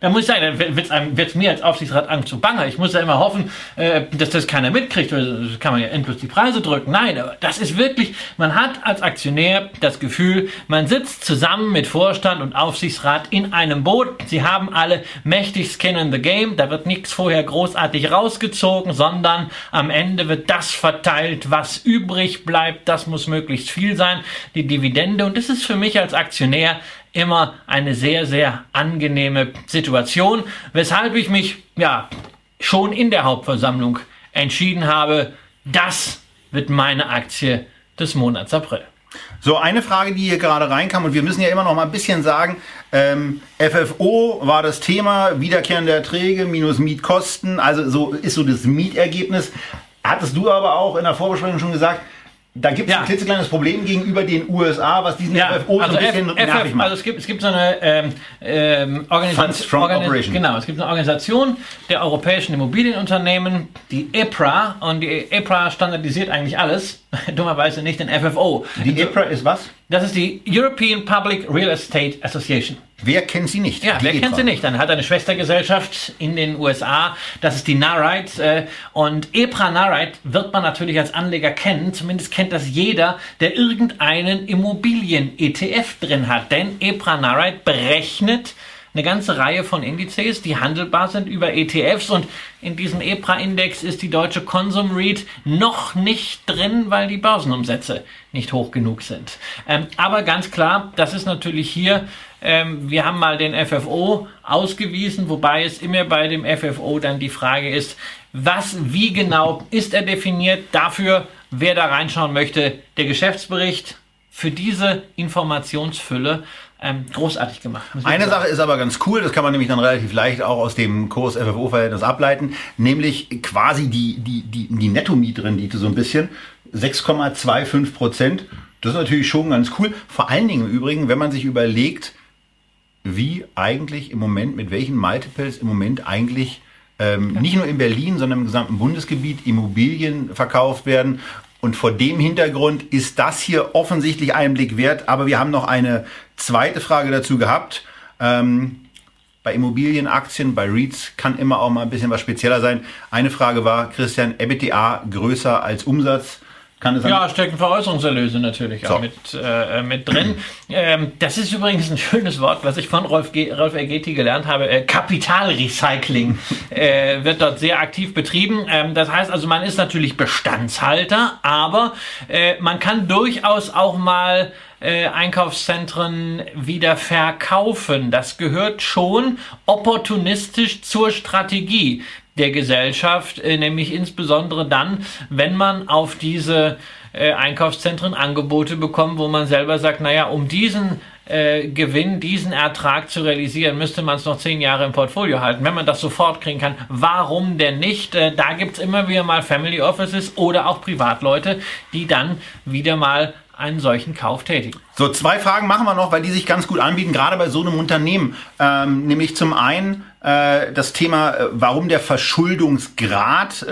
Da muss ich sagen, da wird es mir als Aufsichtsrat Angst und Bange. Ich muss ja immer hoffen, äh, dass das keiner mitkriegt. Das kann man ja endlos die Preise drücken. Nein, aber das ist wirklich, man hat als Aktionär das Gefühl, man sitzt zusammen mit Vorstand und Aufsichtsrat in einem Boot. Sie haben alle mächtig Skin in the Game. Da wird nichts vorher großartig rausgezogen, sondern am Ende wird das verteilt, was übrig bleibt. Das muss möglichst viel sein, die Dividende. Und das ist für mich als Aktionär immer eine sehr, sehr angenehme Situation, weshalb ich mich ja schon in der Hauptversammlung entschieden habe, das wird meine Aktie des Monats April. So, eine Frage, die hier gerade reinkam, und wir müssen ja immer noch mal ein bisschen sagen, ähm, F F O war das Thema, wiederkehrende Erträge minus Mietkosten, also so ist so das Mietergebnis. Hattest du aber auch in der Vorbesprechung schon gesagt, da gibt es ja ein klitzekleines Problem gegenüber den U S A, was diesen ja, F F O also so ein bisschen F- nervig F- macht. Also es gibt, es gibt so eine ähm, ähm, Organisation, Organi- genau, es gibt eine Organisation der europäischen Immobilienunternehmen, die E P R A, und die E P R A standardisiert eigentlich alles, dummerweise nicht den F F O. Die E P R A ist was? Das ist die European Public Real Estate Association. Wer kennt sie nicht? Ja, die wer E P R A. kennt sie nicht? Dann hat eine Schwestergesellschaft in den U S A, das ist die Nareit. Äh, und E P R A Nareit wird man natürlich als Anleger kennen, zumindest kennt das jeder, der irgendeinen Immobilien-E T F drin hat. Denn E P R A Nareit berechnet eine ganze Reihe von Indizes, die handelbar sind über E T Fs, und in diesem E P R A-Index ist die deutsche Consum REIT noch nicht drin, weil die Börsenumsätze nicht hoch genug sind. Ähm, aber ganz klar, das ist natürlich hier, ähm, wir haben mal den F F O ausgewiesen, wobei es immer bei dem F F O dann die Frage ist, was, wie genau ist er definiert? Dafür, wer da reinschauen möchte, der Geschäftsbericht für diese Informationsfülle Ähm, großartig gemacht. Eine Sache ist aber ganz cool, das kann man nämlich dann relativ leicht auch aus dem Kurs F F O-Verhältnis ableiten, nämlich quasi die, die, die, die Netto-Mietrendite so ein bisschen, sechs Komma fünfundzwanzig Prozent. Das ist natürlich schon ganz cool. Vor allen Dingen im Übrigen, wenn man sich überlegt, wie eigentlich im Moment, mit welchen Multiples im Moment eigentlich ähm, ja. nicht nur in Berlin, sondern im gesamten Bundesgebiet Immobilien verkauft werden. Und vor dem Hintergrund ist das hier offensichtlich einen Blick wert. Aber wir haben noch eine zweite Frage dazu gehabt. Ähm, bei Immobilienaktien, bei REITs kann immer auch mal ein bisschen was spezieller sein. Eine Frage war, Christian, EBITDA größer als Umsatz. Kann es ja, stecken Veräußerungserlöse natürlich so. auch mit, äh, mit drin. Ähm, das ist übrigens ein schönes Wort, was ich von Rolf, G- Rolf Ergeti gelernt habe. Äh, Kapitalrecycling äh, wird dort sehr aktiv betrieben. Ähm, das heißt also, man ist natürlich Bestandshalter, aber äh, man kann durchaus auch mal äh, Einkaufszentren wieder verkaufen. Das gehört schon opportunistisch zur Strategie der Gesellschaft, äh, nämlich insbesondere dann, wenn man auf diese äh, Einkaufszentren Angebote bekommt, wo man selber sagt, naja, um diesen äh, Gewinn, diesen Ertrag zu realisieren, müsste man es noch zehn Jahre im Portfolio halten. Wenn man das sofort kriegen kann, warum denn nicht? Äh, da gibt's immer wieder mal Family Offices oder auch Privatleute, die dann wieder mal einen solchen Kauf tätigen. So, zwei Fragen machen wir noch, weil die sich ganz gut anbieten, gerade bei so einem Unternehmen. Ähm, nämlich zum einen äh, das Thema, äh, warum der Verschuldungsgrad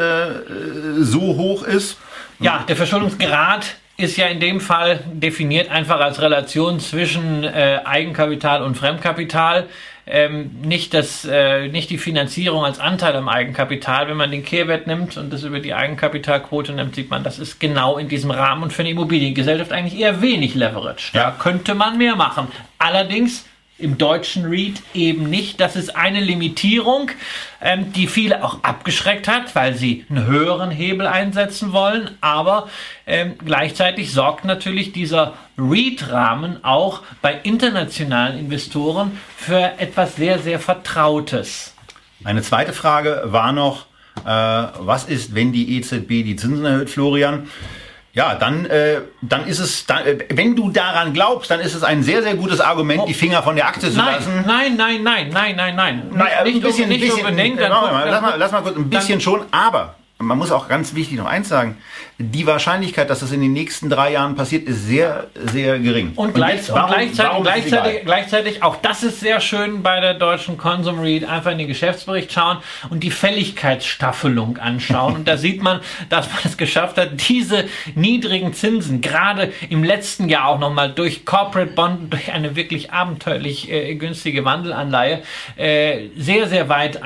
äh, so hoch ist. Ja, der Verschuldungsgrad ist ja in dem Fall definiert einfach als Relation zwischen äh, Eigenkapital und Fremdkapital. Ähm, nicht, das, äh, nicht die Finanzierung als Anteil am Eigenkapital. Wenn man den Kehrwert nimmt und das über die Eigenkapitalquote nimmt, sieht man, das ist genau in diesem Rahmen und für eine Immobiliengesellschaft eigentlich eher wenig Leverage. Da ja. könnte man mehr machen. Allerdings im deutschen REIT eben nicht. Das ist eine Limitierung, ähm, die viele auch abgeschreckt hat, weil sie einen höheren Hebel einsetzen wollen. Aber ähm, gleichzeitig sorgt natürlich dieser REIT-Rahmen auch bei internationalen Investoren für etwas sehr, sehr Vertrautes. Eine zweite Frage war noch, äh, was ist, wenn die E Z B die Zinsen erhöht, Florian? Ja, dann, äh, dann ist es, dann, äh, wenn du daran glaubst, dann ist es ein sehr, sehr gutes Argument, oh. die Finger von der Aktie zu nein, lassen. Nein, nein, nein, nein, nein, nein. Naja, nicht, ein bisschen, nicht bisschen, unbedingt. Dann, mal, lass, mal, lass mal kurz ein bisschen schon, aber man muss auch ganz wichtig noch eins sagen, die Wahrscheinlichkeit, dass das in den nächsten drei Jahren passiert, ist sehr, sehr gering. Und, gleich, und, warum, und gleichzeitig, warum gleichzeitig, gleichzeitig, auch das ist sehr schön bei der deutschen Consum Read, einfach in den Geschäftsbericht schauen und die Fälligkeitsstaffelung anschauen. Und da sieht man, dass man es geschafft hat, diese niedrigen Zinsen, gerade im letzten Jahr auch nochmal durch Corporate Bond, durch eine wirklich abenteuerlich äh, günstige Wandelanleihe, äh, sehr, sehr weit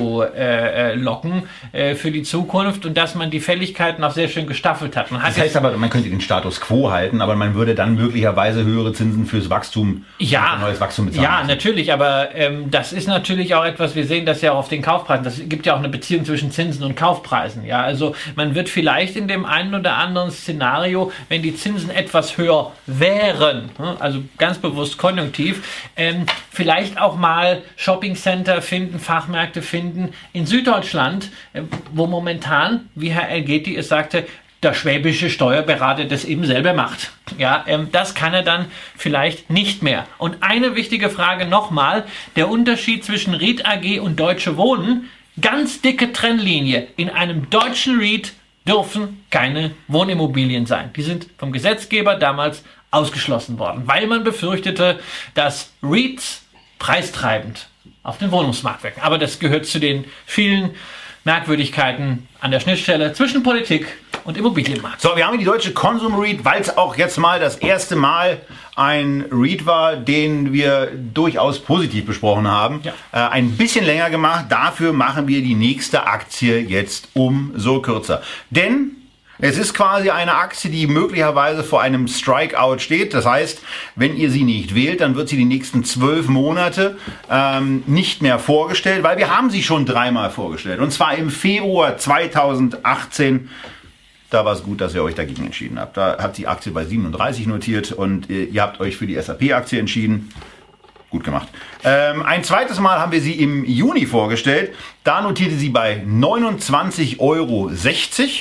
einzulocken äh, für die Zukunft und dass man die Fälligkeiten auch sehr schön gestaffelt hat. Man hat das heißt aber, man könnte den Status quo halten, aber man würde dann möglicherweise höhere Zinsen fürs Wachstum, ja, für neues Wachstum bezahlen. Ja, müssen. natürlich, aber ähm, das ist natürlich auch etwas, wir sehen das ja auch auf den Kaufpreisen, das gibt ja auch eine Beziehung zwischen Zinsen und Kaufpreisen. Ja, also man wird vielleicht in dem einen oder anderen Szenario, wenn die Zinsen etwas höher wären, also ganz bewusst konjunktiv, ähm, vielleicht auch mal Shoppingcenter finden, Fachmärkte finden in Süddeutschland, äh, wo momentan, wie Herr Elgeti es sagte, der schwäbische Steuerberater das eben selber macht. Ja, ähm, das kann er dann vielleicht nicht mehr. Und eine wichtige Frage nochmal, der Unterschied zwischen REIT A G und Deutsche Wohnen, ganz dicke Trennlinie. In einem deutschen REIT dürfen keine Wohnimmobilien sein. Die sind vom Gesetzgeber damals ausgeschlossen worden, weil man befürchtete, dass REITs preistreibend auf den Wohnungsmarkt wirken. Aber das gehört zu den vielen Merkwürdigkeiten an der Schnittstelle zwischen Politik und Immobilienmarkt. So, wir haben die deutsche Consum Read, weil es auch jetzt mal das erste Mal ein Read war, den wir durchaus positiv besprochen haben. Ja. Äh, ein bisschen länger gemacht. Dafür machen wir die nächste Aktie jetzt umso kürzer. Denn es ist quasi eine Aktie, die möglicherweise vor einem Strikeout steht. Das heißt, wenn ihr sie nicht wählt, dann wird sie die nächsten zwölf Monate ähm, nicht mehr vorgestellt, weil wir haben sie schon dreimal vorgestellt. Und zwar im Februar zweitausendachtzehn. Da war es gut, dass ihr euch dagegen entschieden habt. Da hat die Aktie bei siebenunddreißig notiert und äh, ihr habt euch für die S A P-Aktie entschieden. Gut gemacht. Ähm, ein zweites Mal haben wir sie im Juni vorgestellt. Da notierte sie bei neunundzwanzig Euro sechzig.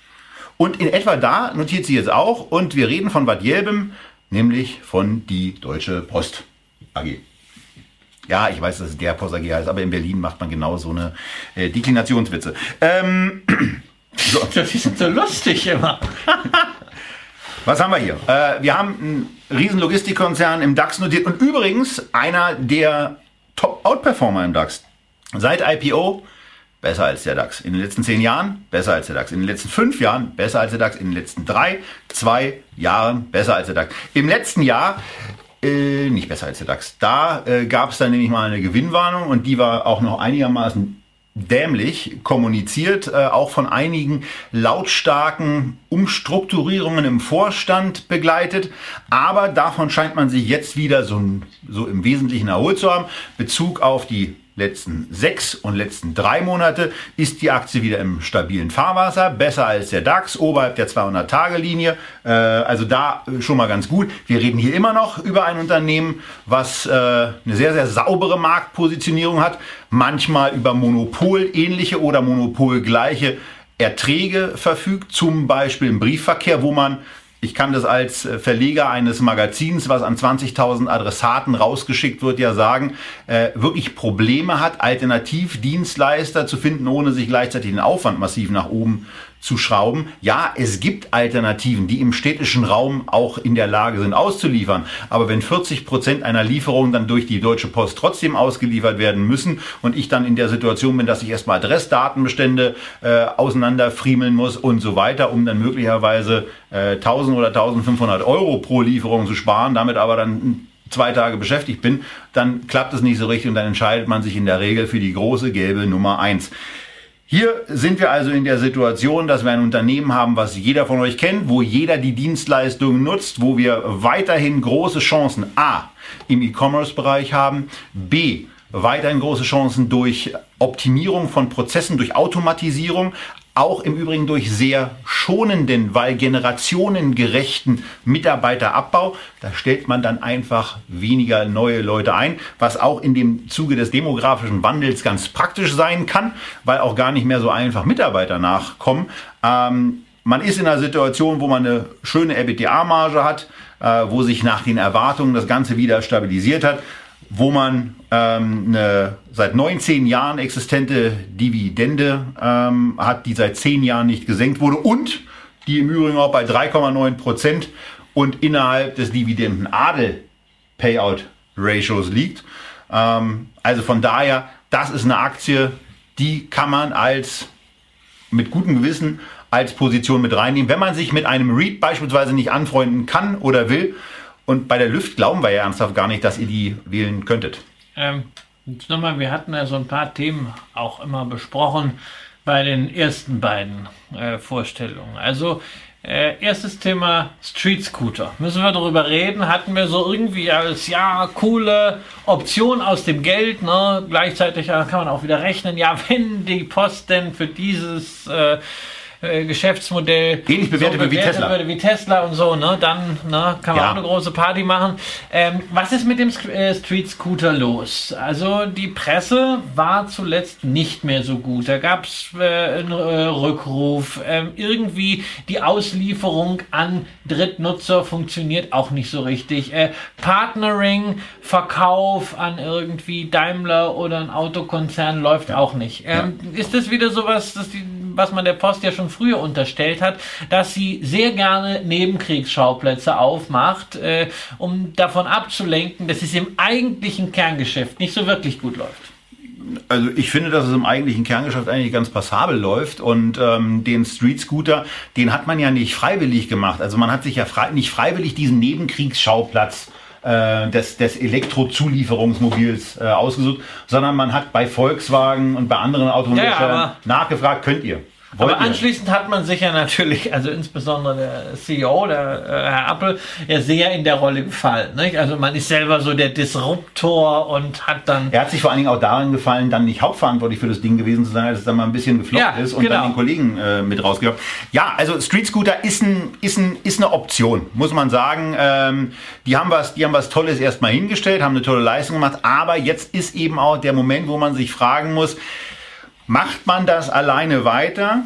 Und in etwa da notiert sie jetzt auch. Und wir reden von was Jelbem, nämlich von die Deutsche Post A G. Ja, ich weiß, dass es der Post A G heißt, aber in Berlin macht man genau so eine äh, Deklinationswitze. Ähm, so. Die sind so lustig immer. Was haben wir hier? Äh, wir haben einen riesen Logistikkonzern im DAX notiert und übrigens einer der Top-Outperformer im DAX. Seit I P O besser als der DAX. In den letzten zehn Jahren besser als der DAX. In den letzten fünf Jahren besser als der DAX. In den letzten drei, zwei Jahren besser als der DAX. Im letzten Jahr äh, nicht besser als der DAX. Da äh, gab es dann nämlich mal eine Gewinnwarnung und die war auch noch einigermaßen dämlich kommuniziert, äh, auch von einigen lautstarken Umstrukturierungen im Vorstand begleitet. Aber davon scheint man sich jetzt wieder so, so im Wesentlichen erholt zu haben. Bezug auf die letzten sechs und letzten drei Monate ist die Aktie wieder im stabilen Fahrwasser, besser als der DAX, oberhalb der zweihundert-Tage-Linie. Äh, also da schon mal ganz gut. Wir reden hier immer noch über ein Unternehmen, was äh, eine sehr, sehr saubere Marktpositionierung hat, manchmal über monopolähnliche oder monopolgleiche Erträge verfügt, zum Beispiel im Briefverkehr, wo man, ich kann das als Verleger eines Magazins, was an zwanzigtausend Adressaten rausgeschickt wird, ja sagen, äh, wirklich Probleme hat, Alternativdienstleister zu finden, ohne sich gleichzeitig den Aufwand massiv nach oben zu schrauben. Ja, es gibt Alternativen, die im städtischen Raum auch in der Lage sind auszuliefern. Aber wenn vierzig Prozent einer Lieferung dann durch die Deutsche Post trotzdem ausgeliefert werden müssen und ich dann in der Situation bin, dass ich erstmal Adressdatenbestände äh, auseinanderfriemeln muss und so weiter, um dann möglicherweise äh, tausend oder eintausendfünfhundert Euro pro Lieferung zu sparen, damit aber dann zwei Tage beschäftigt bin, dann klappt es nicht so richtig und dann entscheidet man sich in der Regel für die große gelbe Nummer eins. Hier sind wir also in der Situation, dass wir ein Unternehmen haben, was jeder von euch kennt, wo jeder die Dienstleistungen nutzt, wo wir weiterhin große Chancen A im E-Commerce-Bereich haben, B weiterhin große Chancen durch Optimierung von Prozessen, durch Automatisierung, auch im Übrigen durch sehr schonenden, weil generationengerechten Mitarbeiterabbau. Da stellt man dann einfach weniger neue Leute ein, was auch in dem Zuge des demografischen Wandels ganz praktisch sein kann, weil auch gar nicht mehr so einfach Mitarbeiter nachkommen. Ähm, man ist in einer Situation, wo man eine schöne EBITDA-Marge hat, äh, wo sich nach den Erwartungen das Ganze wieder stabilisiert hat, wo man ähm, eine seit neunzehn Jahren existente Dividende ähm, hat, die seit zehn Jahren nicht gesenkt wurde und die im Übrigen auch bei drei Komma neun Prozent und innerhalb des Dividenden-Adel-Payout-Ratios liegt. Ähm, also von daher, das ist eine Aktie, die kann man als mit gutem Gewissen als Position mit reinnehmen, wenn man sich mit einem REIT beispielsweise nicht anfreunden kann oder will. Und bei der Lüft glauben wir ja ernsthaft gar nicht, dass ihr die wählen könntet. Ähm, jetzt nochmal, wir hatten ja so ein paar Themen auch immer besprochen bei den ersten beiden äh, Vorstellungen. Also äh, erstes Thema Street Scooter. Müssen wir darüber reden? Hatten wir so irgendwie als, ja, coole Option aus dem Geld. Ne? Gleichzeitig äh, kann man auch wieder rechnen, ja, wenn die Post denn für dieses äh, äh, Geschäftsmodell ähnlich bewertet, so wie Tesla. würde wie Tesla und so, ne? Dann ne, kann man Ja. auch eine große Party machen. Ähm, was ist mit dem Sk- äh, Street Scooter los? Also die Presse war zuletzt nicht mehr so gut. Da gab es äh, einen äh, Rückruf. Ähm, irgendwie die Auslieferung an Drittnutzer funktioniert auch nicht so richtig. Äh, Partnering, Verkauf an irgendwie Daimler oder ein Autokonzern läuft auch nicht. Ähm, ja. Ist das wieder sowas, dass die, was man der Post ja schon früher unterstellt hat, dass sie sehr gerne Nebenkriegsschauplätze aufmacht, äh, um davon abzulenken, dass es im eigentlichen Kerngeschäft nicht so wirklich gut läuft? Also ich finde, dass es im eigentlichen Kerngeschäft eigentlich ganz passabel läuft und ähm, den Street Scooter, den hat man ja nicht freiwillig gemacht. Also man hat sich ja frei, nicht freiwillig diesen Nebenkriegsschauplatz äh, des, des Elektrozulieferungsmobils äh, ausgesucht, sondern man hat bei Volkswagen und bei anderen Automobilherstellern Ja, ja, nachgefragt, könnt ihr? Wollt Aber ihr? anschließend hat man sich ja natürlich, also insbesondere der C E O, der äh, Herr Appel, ja sehr in der Rolle gefallen. Nicht? Also man ist selber so der Disruptor und hat dann... Er hat sich vor allen Dingen auch darin gefallen, dann nicht hauptverantwortlich für das Ding gewesen zu sein, als es dann mal ein bisschen gefloppt Ja, ist und genau. dann den Kollegen äh, mit rausgebracht. Ja, also Street Scooter ist, ein, ist, ein, ist eine Option, muss man sagen. Ähm, die haben was, die haben was Tolles erstmal hingestellt, haben eine tolle Leistung gemacht, aber jetzt ist eben auch der Moment, wo man sich fragen muss, macht man das alleine weiter?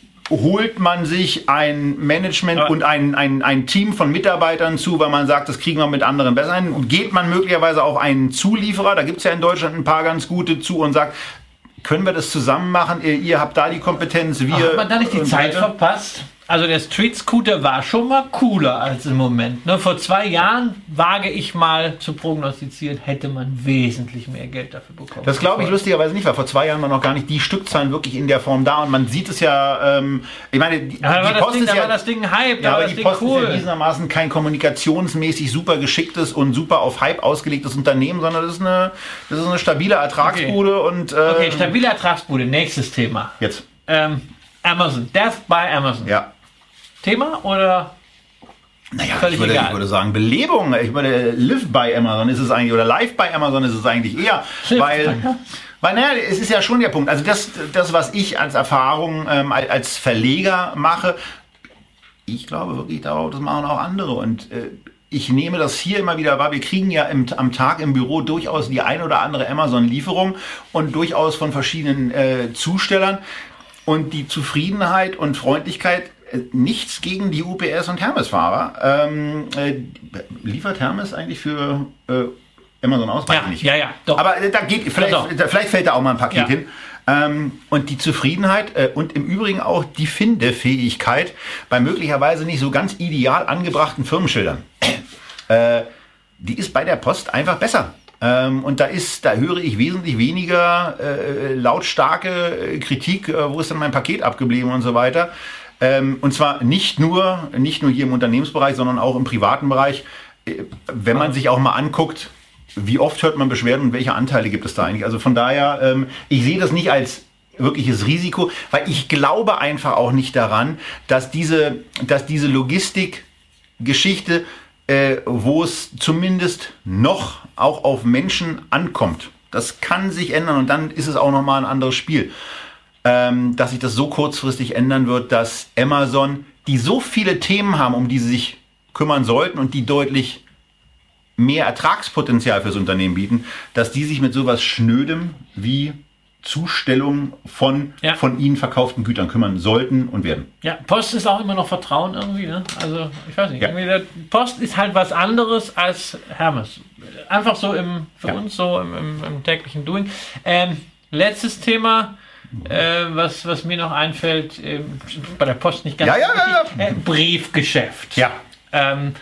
Holt man sich ein Management Aber und ein, ein, ein Team von Mitarbeitern zu, weil man sagt, das kriegen wir mit anderen besser hin? Und geht man möglicherweise auf einen Zulieferer, da gibt es ja in Deutschland ein paar ganz gute zu und sagt, können wir das zusammen machen? Ihr, ihr habt da die Kompetenz, wir... Hat man da nicht die und Zeit weiter? verpasst? Also der Street Scooter war schon mal cooler als im Moment. Ne? Vor zwei Jahren, wage ich mal zu prognostizieren, hätte man wesentlich mehr Geld dafür bekommen. Das glaube ich lustigerweise nicht, weil vor zwei Jahren war noch gar nicht die Stückzahlen wirklich in der Form da und man sieht es ja, ähm, ich meine, die, Ja, da die war das Post Ding, ist da ja... war das Ding Hype, da Ja, war aber das die Ding Post ist ja cool. gewissermaßen kein kommunikationsmäßig super geschicktes und super auf Hype ausgelegtes Unternehmen, sondern das ist eine, das ist eine stabile Ertragsbude und... Äh, Okay, stabile Ertragsbude, nächstes Thema. Jetzt. Ähm, Amazon, Death by Amazon. Ja. Thema oder... Naja, Völlig ich würde, egal. ich würde sagen Belebung. Ich würde live by Amazon ist es eigentlich oder live by Amazon ist es eigentlich eher, Live weil, by- weil naja, es ist ja schon der Punkt. Also das, das was ich als Erfahrung ähm, als Verleger mache, ich glaube wirklich darauf, das machen auch andere und äh, ich nehme das hier immer wieder wahr. Wir kriegen ja im, am Tag im Büro durchaus die ein oder andere Amazon-Lieferung und durchaus von verschiedenen äh, Zustellern. Und die Zufriedenheit und Freundlichkeit, äh, nichts gegen die U P S und Hermes-Fahrer. Ähm, äh, liefert Hermes eigentlich für äh, Amazon aus? Weiß Ja, ich nicht. ja, ja, doch. Aber äh, da geht, vielleicht, Doch, doch. da, vielleicht fällt da auch mal ein Paket Ja. hin. Ähm, und die Zufriedenheit äh, und im Übrigen auch die Findefähigkeit bei möglicherweise nicht so ganz ideal angebrachten Firmenschildern. Äh, die ist bei der Post einfach besser. Ähm, und da ist, da höre ich wesentlich weniger äh, lautstarke äh, Kritik, äh, wo ist denn mein Paket abgeblieben und so weiter. Ähm, und zwar nicht nur, nicht nur hier im Unternehmensbereich, sondern auch im privaten Bereich. Äh, wenn man sich auch mal anguckt, wie oft hört man Beschwerden und welche Anteile gibt es da eigentlich? Also von daher, ähm, ich sehe das nicht als wirkliches Risiko, weil ich glaube einfach auch nicht daran, dass diese, dass diese Logistikgeschichte, äh, wo es zumindest noch auch auf Menschen ankommt, das kann sich ändern und dann ist es auch nochmal ein anderes Spiel, ähm, dass sich das so kurzfristig ändern wird, dass Amazon, die so viele Themen haben, um die sie sich kümmern sollten und die deutlich mehr Ertragspotenzial fürs Unternehmen bieten, dass die sich mit sowas Schnödem wie Zustellung von Ja. von ihnen verkauften Gütern kümmern sollten und werden. Ja, Post ist auch immer noch Vertrauen irgendwie, ne? Also, ich weiß nicht. Ja. Irgendwie der Post ist halt was anderes als Hermes. Einfach so im, für Ja. uns so im, im, im täglichen Doing. Ähm, letztes Thema, äh, was, was mir noch einfällt, äh, bei der Post nicht ganz ja, ja, ja, ja. Äh, Briefgeschäft. Ja. Ähm,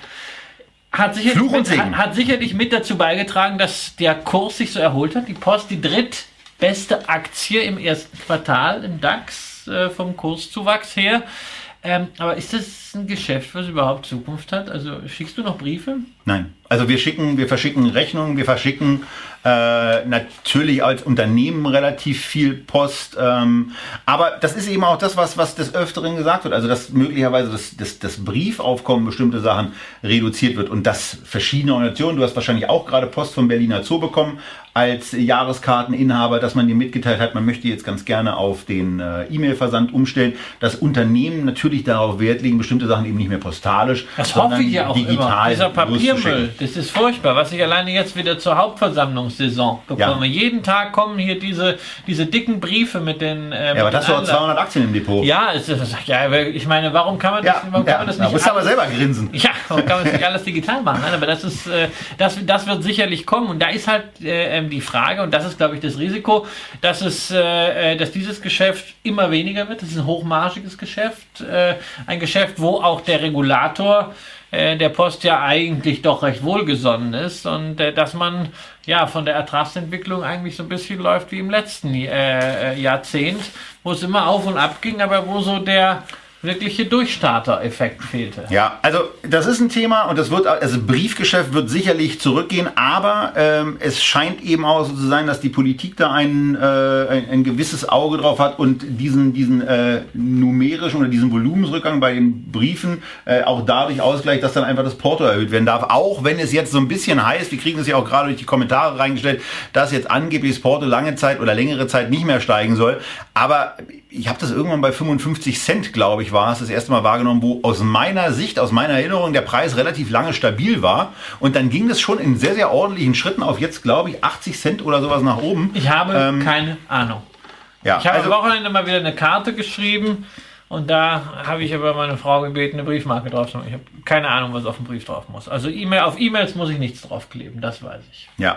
hat, sicherlich mit, hat, hat sicherlich mit dazu beigetragen, dass der Kurs sich so erholt hat. Die Post, die drittbeste Aktie im ersten Quartal im DAX äh, vom Kurszuwachs her. Ähm, aber ist das ein Geschäft, was überhaupt Zukunft hat? Also schickst du noch Briefe? Nein. Also wir schicken, wir verschicken Rechnungen, wir verschicken äh, natürlich als Unternehmen relativ viel Post. Ähm, aber das ist eben auch das, was, was des Öfteren gesagt wird. Also dass möglicherweise das, das, das Briefaufkommen bestimmte Sachen reduziert wird und dass verschiedene Organisationen, du hast wahrscheinlich auch gerade Post vom Berliner Zoo bekommen, als Jahreskarteninhaber, dass man dir mitgeteilt hat, man möchte jetzt ganz gerne auf den äh, E-Mail-Versand umstellen. Das Unternehmen natürlich darauf Wert legen, bestimmte Sachen eben nicht mehr postalisch, das hoffe ich ja auch digital immer. Dieser Papiermüll, das ist furchtbar, was ich alleine jetzt wieder zur Hauptversammlungssaison bekomme. Ja. Jeden Tag kommen hier diese, diese dicken Briefe mit den äh, Ja, aber das hast du auch zweihundert Aktien im Depot. Ja, es ist, ja, ich meine, warum kann man das, ja, warum ja, kann man das nicht... Da musst du aber selber grinsen. Ja, warum kann man das nicht alles digital machen? Nein, aber das ist, äh, das, das wird sicherlich kommen und da ist halt äh, die Frage, und das ist, glaube ich, das Risiko, dass es, äh, dass dieses Geschäft immer weniger wird. Das ist ein hochmargiges Geschäft, äh, ein Geschäft, wo auch der Regulator äh, der Post ja eigentlich doch recht wohlgesonnen ist und äh, dass man ja von der Ertragsentwicklung eigentlich so ein bisschen läuft wie im letzten äh, Jahrzehnt, wo es immer auf und ab ging, aber wo so der wirkliche Durchstarter-Effekt fehlte. Ja, also das ist ein Thema und das wird, also Briefgeschäft wird sicherlich zurückgehen, aber ähm, es scheint eben auch so zu sein, dass die Politik da ein, äh, ein, ein gewisses Auge drauf hat und diesen, diesen äh, numerischen oder diesen Volumensrückgang bei den Briefen äh, auch dadurch ausgleicht, dass dann einfach das Porto erhöht werden darf, auch wenn es jetzt so ein bisschen heißt, wir kriegen es ja auch gerade durch die Kommentare reingestellt, dass jetzt angeblich das Porto lange Zeit oder längere Zeit nicht mehr steigen soll, aber ich habe das irgendwann bei fünfundfünfzig Cent, glaube ich, war es das erste Mal wahrgenommen, wo aus meiner Sicht, aus meiner Erinnerung der Preis relativ lange stabil war. Und dann ging das schon in sehr, sehr ordentlichen Schritten auf jetzt, glaube ich, achtzig Cent oder sowas nach oben. Ich habe ähm, keine Ahnung. Ja, ich habe also, am Wochenende mal wieder eine Karte geschrieben und da habe ich aber meine Frau gebeten, eine Briefmarke drauf zu machen. Ich habe keine Ahnung, was auf dem Brief drauf muss. Also E-Mail, auf E-Mails muss ich nichts draufkleben, das weiß ich. Ja,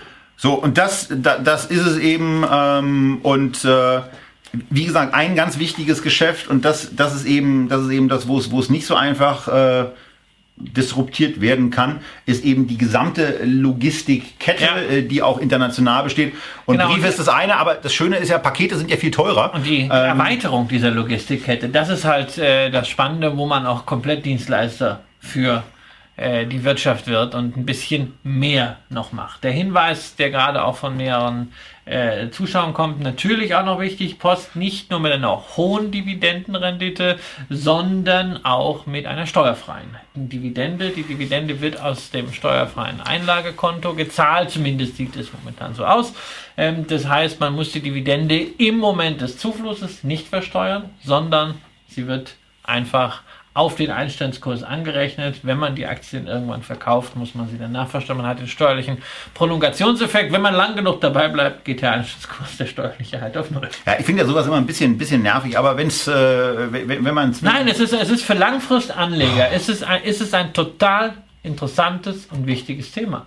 so und das, da, das ist es eben ähm, und äh, wie gesagt, ein ganz wichtiges Geschäft und das, das ist eben, das ist eben das, wo es, wo es nicht so einfach äh, disruptiert werden kann, ist eben die gesamte Logistikkette, ja. äh, die auch international besteht. Und genau, Brief ist das eine, aber das Schöne ist ja, Pakete sind ja viel teurer. Und die, die ähm, Erweiterung dieser Logistikkette, das ist halt äh, das Spannende, wo man auch Komplettdienstleister für äh, die Wirtschaft wird und ein bisschen mehr noch macht. Der Hinweis, der gerade auch von mehreren Äh, Zuschauern kommt, natürlich auch noch wichtig, Post nicht nur mit einer hohen Dividendenrendite, sondern auch mit einer steuerfreien Dividende. Die Dividende wird aus dem steuerfreien Einlagekonto gezahlt, zumindest sieht es momentan so aus. Ähm, das heißt, man muss die Dividende im Moment des Zuflusses nicht versteuern, sondern sie wird einfach auf den Einstandskurs angerechnet. Wenn man die Aktien irgendwann verkauft, muss man sie dann nachversteuern. Man hat den steuerlichen Prolongationseffekt. Wenn man lang genug dabei bleibt, geht der Einstandskurs der steuerliche halt auf null. Ja, ich finde ja sowas immer ein bisschen, ein bisschen nervig, aber wenn's, äh, wenn, wenn man es... Nein, es ist, es ist für Langfristanleger, es ist ein, es ist ein total interessantes und wichtiges Thema.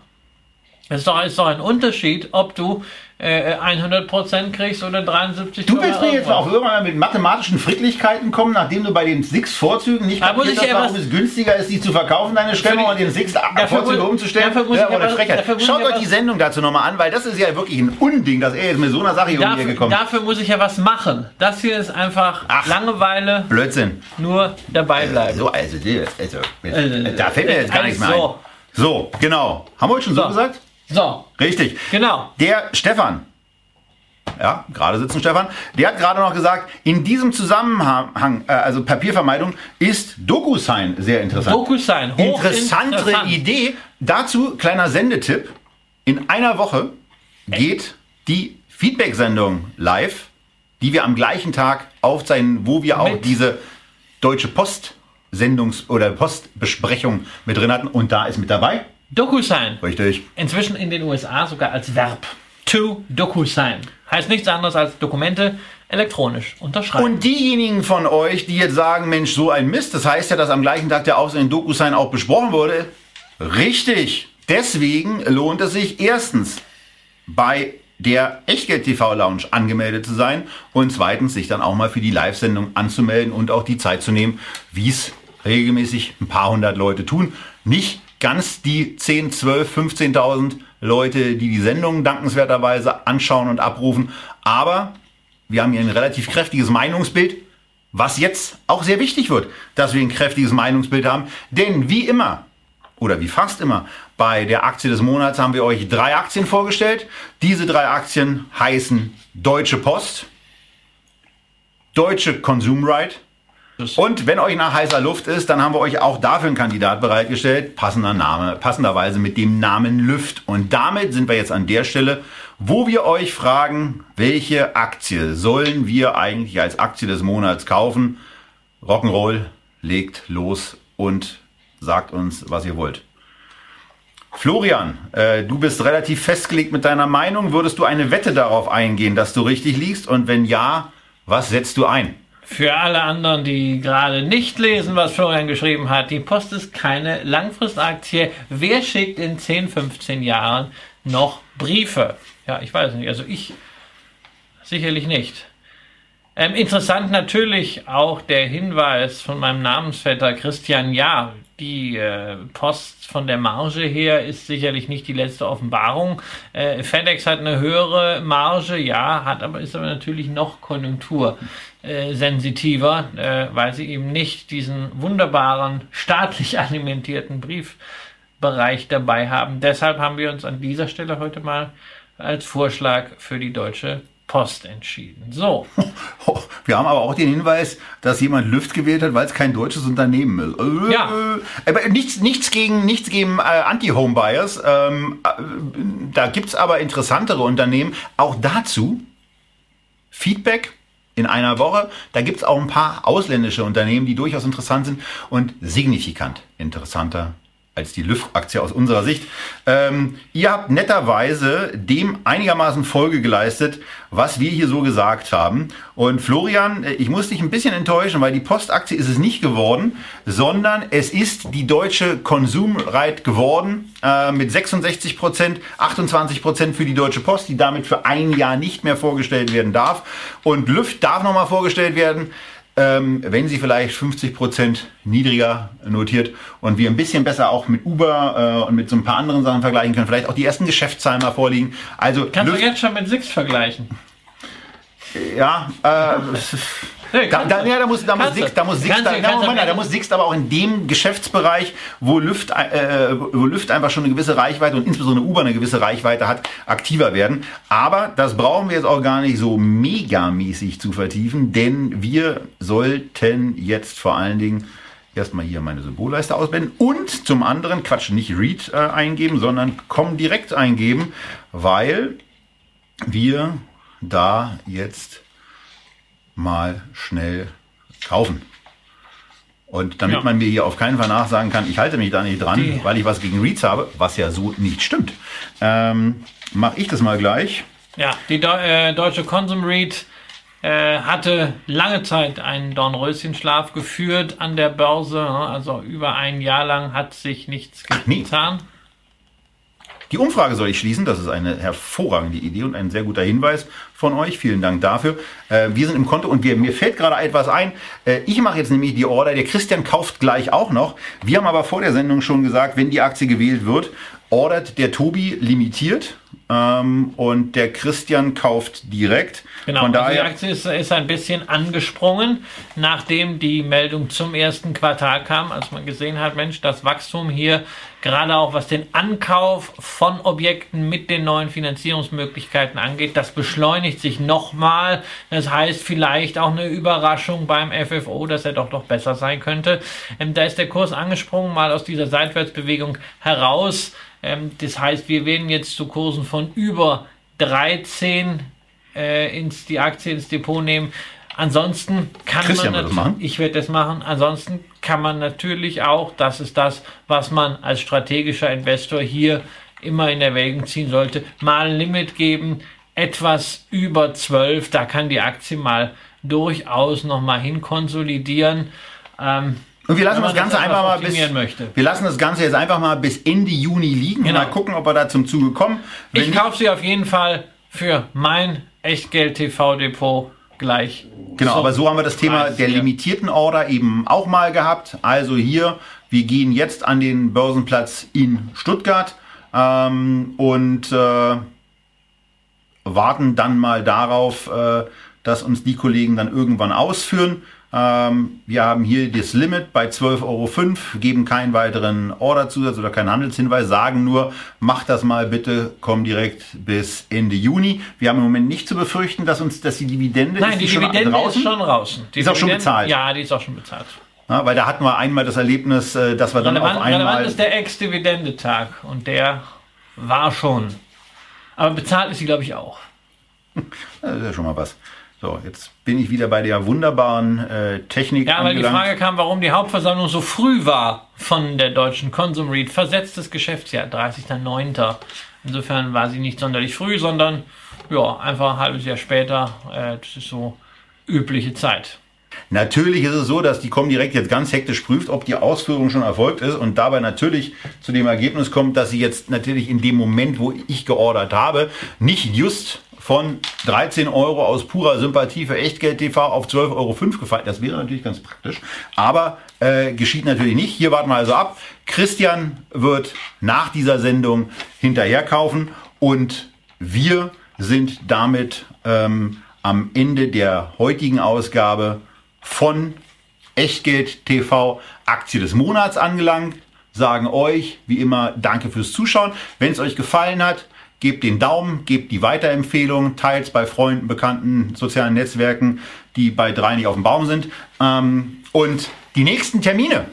Es ist doch, ist doch ein Unterschied, ob du äh, hundert Prozent kriegst oder dreiundsiebzig Prozent. Du willst mir jetzt auch irgendwann mit mathematischen Fricklichkeiten kommen, nachdem du bei den Six-Vorzügen nicht kapiert hast, warum es günstiger ist, die zu verkaufen, deine Stellung und den Six-Vorzüge umzustellen. Ja, oder Frechheit. Schaut euch die Sendung dazu nochmal an, weil das ist ja wirklich ein Unding, dass er jetzt mit so einer Sache hier um hier gekommen ist. Dafür muss ich ja was machen. Das hier ist einfach Ach, Langeweile. Blödsinn. Nur dabei bleiben. So, also, also, also da fällt mir jetzt gar nichts mehr ein. So, genau. Haben wir heute schon so, so gesagt? So. Richtig. Genau. Der Stefan, ja, gerade sitzt ein Stefan, der hat gerade noch gesagt, in diesem Zusammenhang, äh, also Papiervermeidung, ist DocuSign sehr interessant. DocuSign, Interessante interessant. Idee. Dazu, kleiner Sendetipp, in einer Woche geht die Feedback-Sendung live, die wir am gleichen Tag aufzeichnen, wo wir auch mit diese Deutsche Post Sendungs- oder Postbesprechung mit drin hatten und da ist mit dabei DocuSign. Richtig. Inzwischen in den U S A sogar als Verb. To DocuSign. Heißt nichts anderes als Dokumente elektronisch unterschreiben. Und diejenigen von euch, die jetzt sagen, Mensch, so ein Mist, das heißt ja, dass am gleichen Tag der Aufsehen in DocuSign auch besprochen wurde. Richtig. Deswegen lohnt es sich erstens bei der Echtgeld-T V-Lounge angemeldet zu sein und zweitens sich dann auch mal für die Live-Sendung anzumelden und auch die Zeit zu nehmen, wie es regelmäßig ein paar hundert Leute tun. Nicht ganz die zehn, zwölf, fünfzehntausend Leute, die die Sendung dankenswerterweise anschauen und abrufen, aber wir haben hier ein relativ kräftiges Meinungsbild, was jetzt auch sehr wichtig wird, dass wir ein kräftiges Meinungsbild haben, denn wie immer, oder wie fast immer, bei der Aktie des Monats haben wir euch drei Aktien vorgestellt. Diese drei Aktien heißen Deutsche Post, Deutsche Consumrite und wenn euch nach heißer Luft ist, dann haben wir euch auch dafür einen Kandidat bereitgestellt, passender Name, passenderweise mit dem Namen Lüft. Und damit sind wir jetzt an der Stelle, wo wir euch fragen, welche Aktie sollen wir eigentlich als Aktie des Monats kaufen? Rock'n'Roll, legt los und sagt uns, was ihr wollt. Florian, äh, du bist relativ festgelegt mit deiner Meinung. Würdest du eine Wette darauf eingehen, dass du richtig liegst? Und wenn ja, was setzt du ein? Für alle anderen, die gerade nicht lesen, was Florian geschrieben hat, die Post ist keine Langfristaktie. Wer schickt in zehn, fünfzehn Jahren noch Briefe? Ja, ich weiß nicht. Also ich sicherlich nicht. Ähm, interessant natürlich auch der Hinweis von meinem Namensvetter Christian Jahr. Die äh, Post von der Marge her ist sicherlich nicht die letzte Offenbarung. Äh, FedEx hat eine höhere Marge, ja, hat aber ist aber natürlich noch konjunktursensitiver, äh, weil sie eben nicht diesen wunderbaren staatlich alimentierten Briefbereich dabei haben. Deshalb haben wir uns an dieser Stelle heute mal als Vorschlag für die Deutsche Post entschieden. So. Wir haben aber auch den Hinweis, dass jemand Lüft gewählt hat, weil es kein deutsches Unternehmen ist. Äh, Ja. Aber nichts, nichts gegen, nichts gegen äh, Anti-Home-Buyers. Ähm, äh, da gibt es aber interessantere Unternehmen. Auch dazu Feedback in einer Woche. Da gibt es auch ein paar ausländische Unternehmen, die durchaus interessant sind und signifikant interessanter als die Lüft-Aktie aus unserer Sicht. Ähm, ihr habt netterweise dem einigermaßen Folge geleistet, was wir hier so gesagt haben. Und Florian, ich muss dich ein bisschen enttäuschen, weil die Postaktie ist es nicht geworden, sondern es ist die Deutsche Consumrite geworden, äh, mit sechsundsechzig Prozent, achtundzwanzig Prozent für die Deutsche Post, die damit für ein Jahr nicht mehr vorgestellt werden darf. Und Lüft darf nochmal vorgestellt werden, Ähm, wenn sie vielleicht fünfzig Prozent niedriger notiert und wir ein bisschen besser auch mit Uber äh, und mit so ein paar anderen Sachen vergleichen können, vielleicht auch die ersten Geschäftszahlen mal vorliegen. Also Kannst Lüft, du jetzt schon mit Six vergleichen? ja, äh, Nee, da, da, ja, da muss, da muss Kannst du. Sixt, da muss Sixt, Kannst du, da, kannst du, Moment, da kannst du. muss Sixt aber auch in dem Geschäftsbereich, wo Lüft, äh, wo Lüft einfach schon eine gewisse Reichweite und insbesondere Uber eine gewisse Reichweite hat, aktiver werden. Aber das brauchen wir jetzt auch gar nicht so megamäßig zu vertiefen, denn wir sollten jetzt vor allen Dingen erstmal hier meine Symbolleiste ausblenden und zum anderen, Quatsch, nicht Read äh, eingeben, sondern komm direkt eingeben, weil wir da jetzt mal schnell kaufen. Und damit Ja. man mir hier auf keinen Fall nachsagen kann, ich halte mich da nicht dran, Die- weil ich was gegen Reads habe, was ja so nicht stimmt, ähm, mache ich das mal gleich. Ja, die Deu äh, Deutsche Consumrite äh, hatte lange Zeit einen Dornröschenschlaf geführt an der Börse. Also über ein Jahr lang hat sich nichts Ach, nee. getan. Die Umfrage soll ich schließen. Das ist eine hervorragende Idee und ein sehr guter Hinweis von euch. Vielen Dank dafür. Äh, wir sind im Konto und wir, mir fällt gerade etwas ein. Äh, ich mache jetzt nämlich die Order. Der Christian kauft gleich auch noch. Wir haben aber vor der Sendung schon gesagt, wenn die Aktie gewählt wird, ordert der Tobi limitiert ähm, und der Christian kauft direkt. Genau, Von also die daher, Aktie ist, ist ein bisschen angesprungen, nachdem die Meldung zum ersten Quartal kam, als man gesehen hat, Mensch, das Wachstum hier, gerade auch was den Ankauf von Objekten mit den neuen Finanzierungsmöglichkeiten angeht, das beschleunigt sich nochmal. Das heißt vielleicht auch eine Überraschung beim F F O, dass er doch doch besser sein könnte. Ähm, da ist der Kurs angesprungen, mal aus dieser Seitwärtsbewegung heraus. Ähm, das heißt, wir werden jetzt zu Kursen von über dreizehn äh, ins, die Aktie ins Depot nehmen. Ansonsten kann Christian man wird das nat- machen. ich werde das machen. Ansonsten kann man natürlich auch, das ist das, was man als strategischer Investor hier immer in Erwägung ziehen sollte, mal ein Limit geben, etwas über zwölf, da kann die Aktie mal durchaus nochmal hinkonsolidieren. Ähm, und wir lassen wenn das man Ganze das einfach etwas mal bis, optimieren möchte. wir lassen das Ganze jetzt einfach mal bis Ende Juni liegen. Genau. Mal gucken, ob wir da zum Zuge kommen. Wenn Ich nicht- kaufe sie auf jeden Fall für mein Echtgeld-T V-Depot gleich. Genau, aber so haben wir das Thema der limitierten Order eben auch mal gehabt. Also hier, wir gehen jetzt an den Börsenplatz in Stuttgart ähm, und äh, warten dann mal darauf, äh, dass uns die Kollegen dann irgendwann ausführen. Ähm, wir haben hier das Limit bei zwölf Euro fünf, geben keinen weiteren Orderzusatz oder keinen Handelshinweis, sagen nur, macht das mal bitte, komm direkt bis Ende Juni. Wir haben im Moment nicht zu befürchten, dass uns dass die Dividende Nein, ist die, die Dividende schon draußen? ist schon draußen. Die ist auch schon Dividende- bezahlt? Ja, die ist auch schon bezahlt. Ja, weil da hatten wir einmal das Erlebnis, äh, dass wir dann Relevant, auf einmal... relevant ist der Ex-Dividendetag und der war schon. Aber bezahlt ist sie, glaube ich, auch. Das ist ja schon mal was. So, jetzt bin ich wieder bei der wunderbaren äh, Technik Ja, weil die angelangt. Frage kam, warum die Hauptversammlung so früh war von der Deutschen Consum REIT. Versetztes Geschäftsjahr, dreißigster neunter Insofern war sie nicht sonderlich früh, sondern ja, einfach ein halbes Jahr später. Äh, das ist so übliche Zeit. Natürlich ist es so, dass die Comdirect jetzt ganz hektisch prüft, ob die Ausführung schon erfolgt ist und dabei natürlich zu dem Ergebnis kommt, dass sie jetzt natürlich in dem Moment, wo ich geordert habe, nicht just von dreizehn Euro aus purer Sympathie für Echtgeld-T V auf zwölf Euro fünf gefallen. Das wäre natürlich ganz praktisch, aber äh, geschieht natürlich nicht. Hier warten wir also ab. Christian wird nach dieser Sendung hinterher kaufen und wir sind damit ähm, am Ende der heutigen Ausgabe von Echtgeld-T V Aktie des Monats angelangt. Sagen euch wie immer Danke fürs Zuschauen. Wenn es euch gefallen hat, gebt den Daumen, gebt die Weiterempfehlung, teilt bei Freunden, Bekannten, sozialen Netzwerken, die bei drei nicht auf dem Baum sind. Ähm, und die nächsten Termine,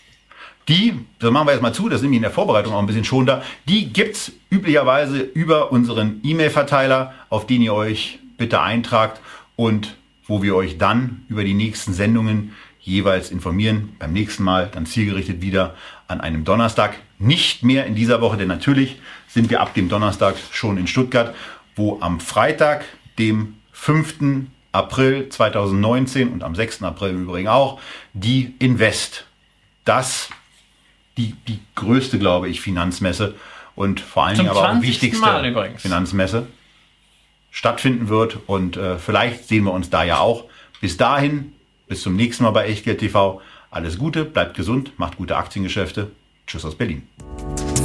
die, das machen wir jetzt mal zu, das ist nämlich in der Vorbereitung auch ein bisschen schonender, die gibt's üblicherweise über unseren E-Mail-Verteiler, auf den ihr euch bitte eintragt und wo wir euch dann über die nächsten Sendungen jeweils informieren. Beim nächsten Mal dann zielgerichtet wieder an einem Donnerstag. Nicht mehr in dieser Woche, denn natürlich sind wir ab dem Donnerstag schon in Stuttgart, wo am Freitag, dem fünften April zweitausendneunzehn und am sechsten April im Übrigen auch, die Invest, das die, die größte, glaube ich, Finanzmesse und vor allen Dingen aber auch wichtigste Finanzmesse stattfinden wird. Und äh, vielleicht sehen wir uns da ja auch. Bis dahin, bis zum nächsten Mal bei Echtgeld T V. Alles Gute, bleibt gesund, macht gute Aktiengeschäfte. Tschüss aus Berlin.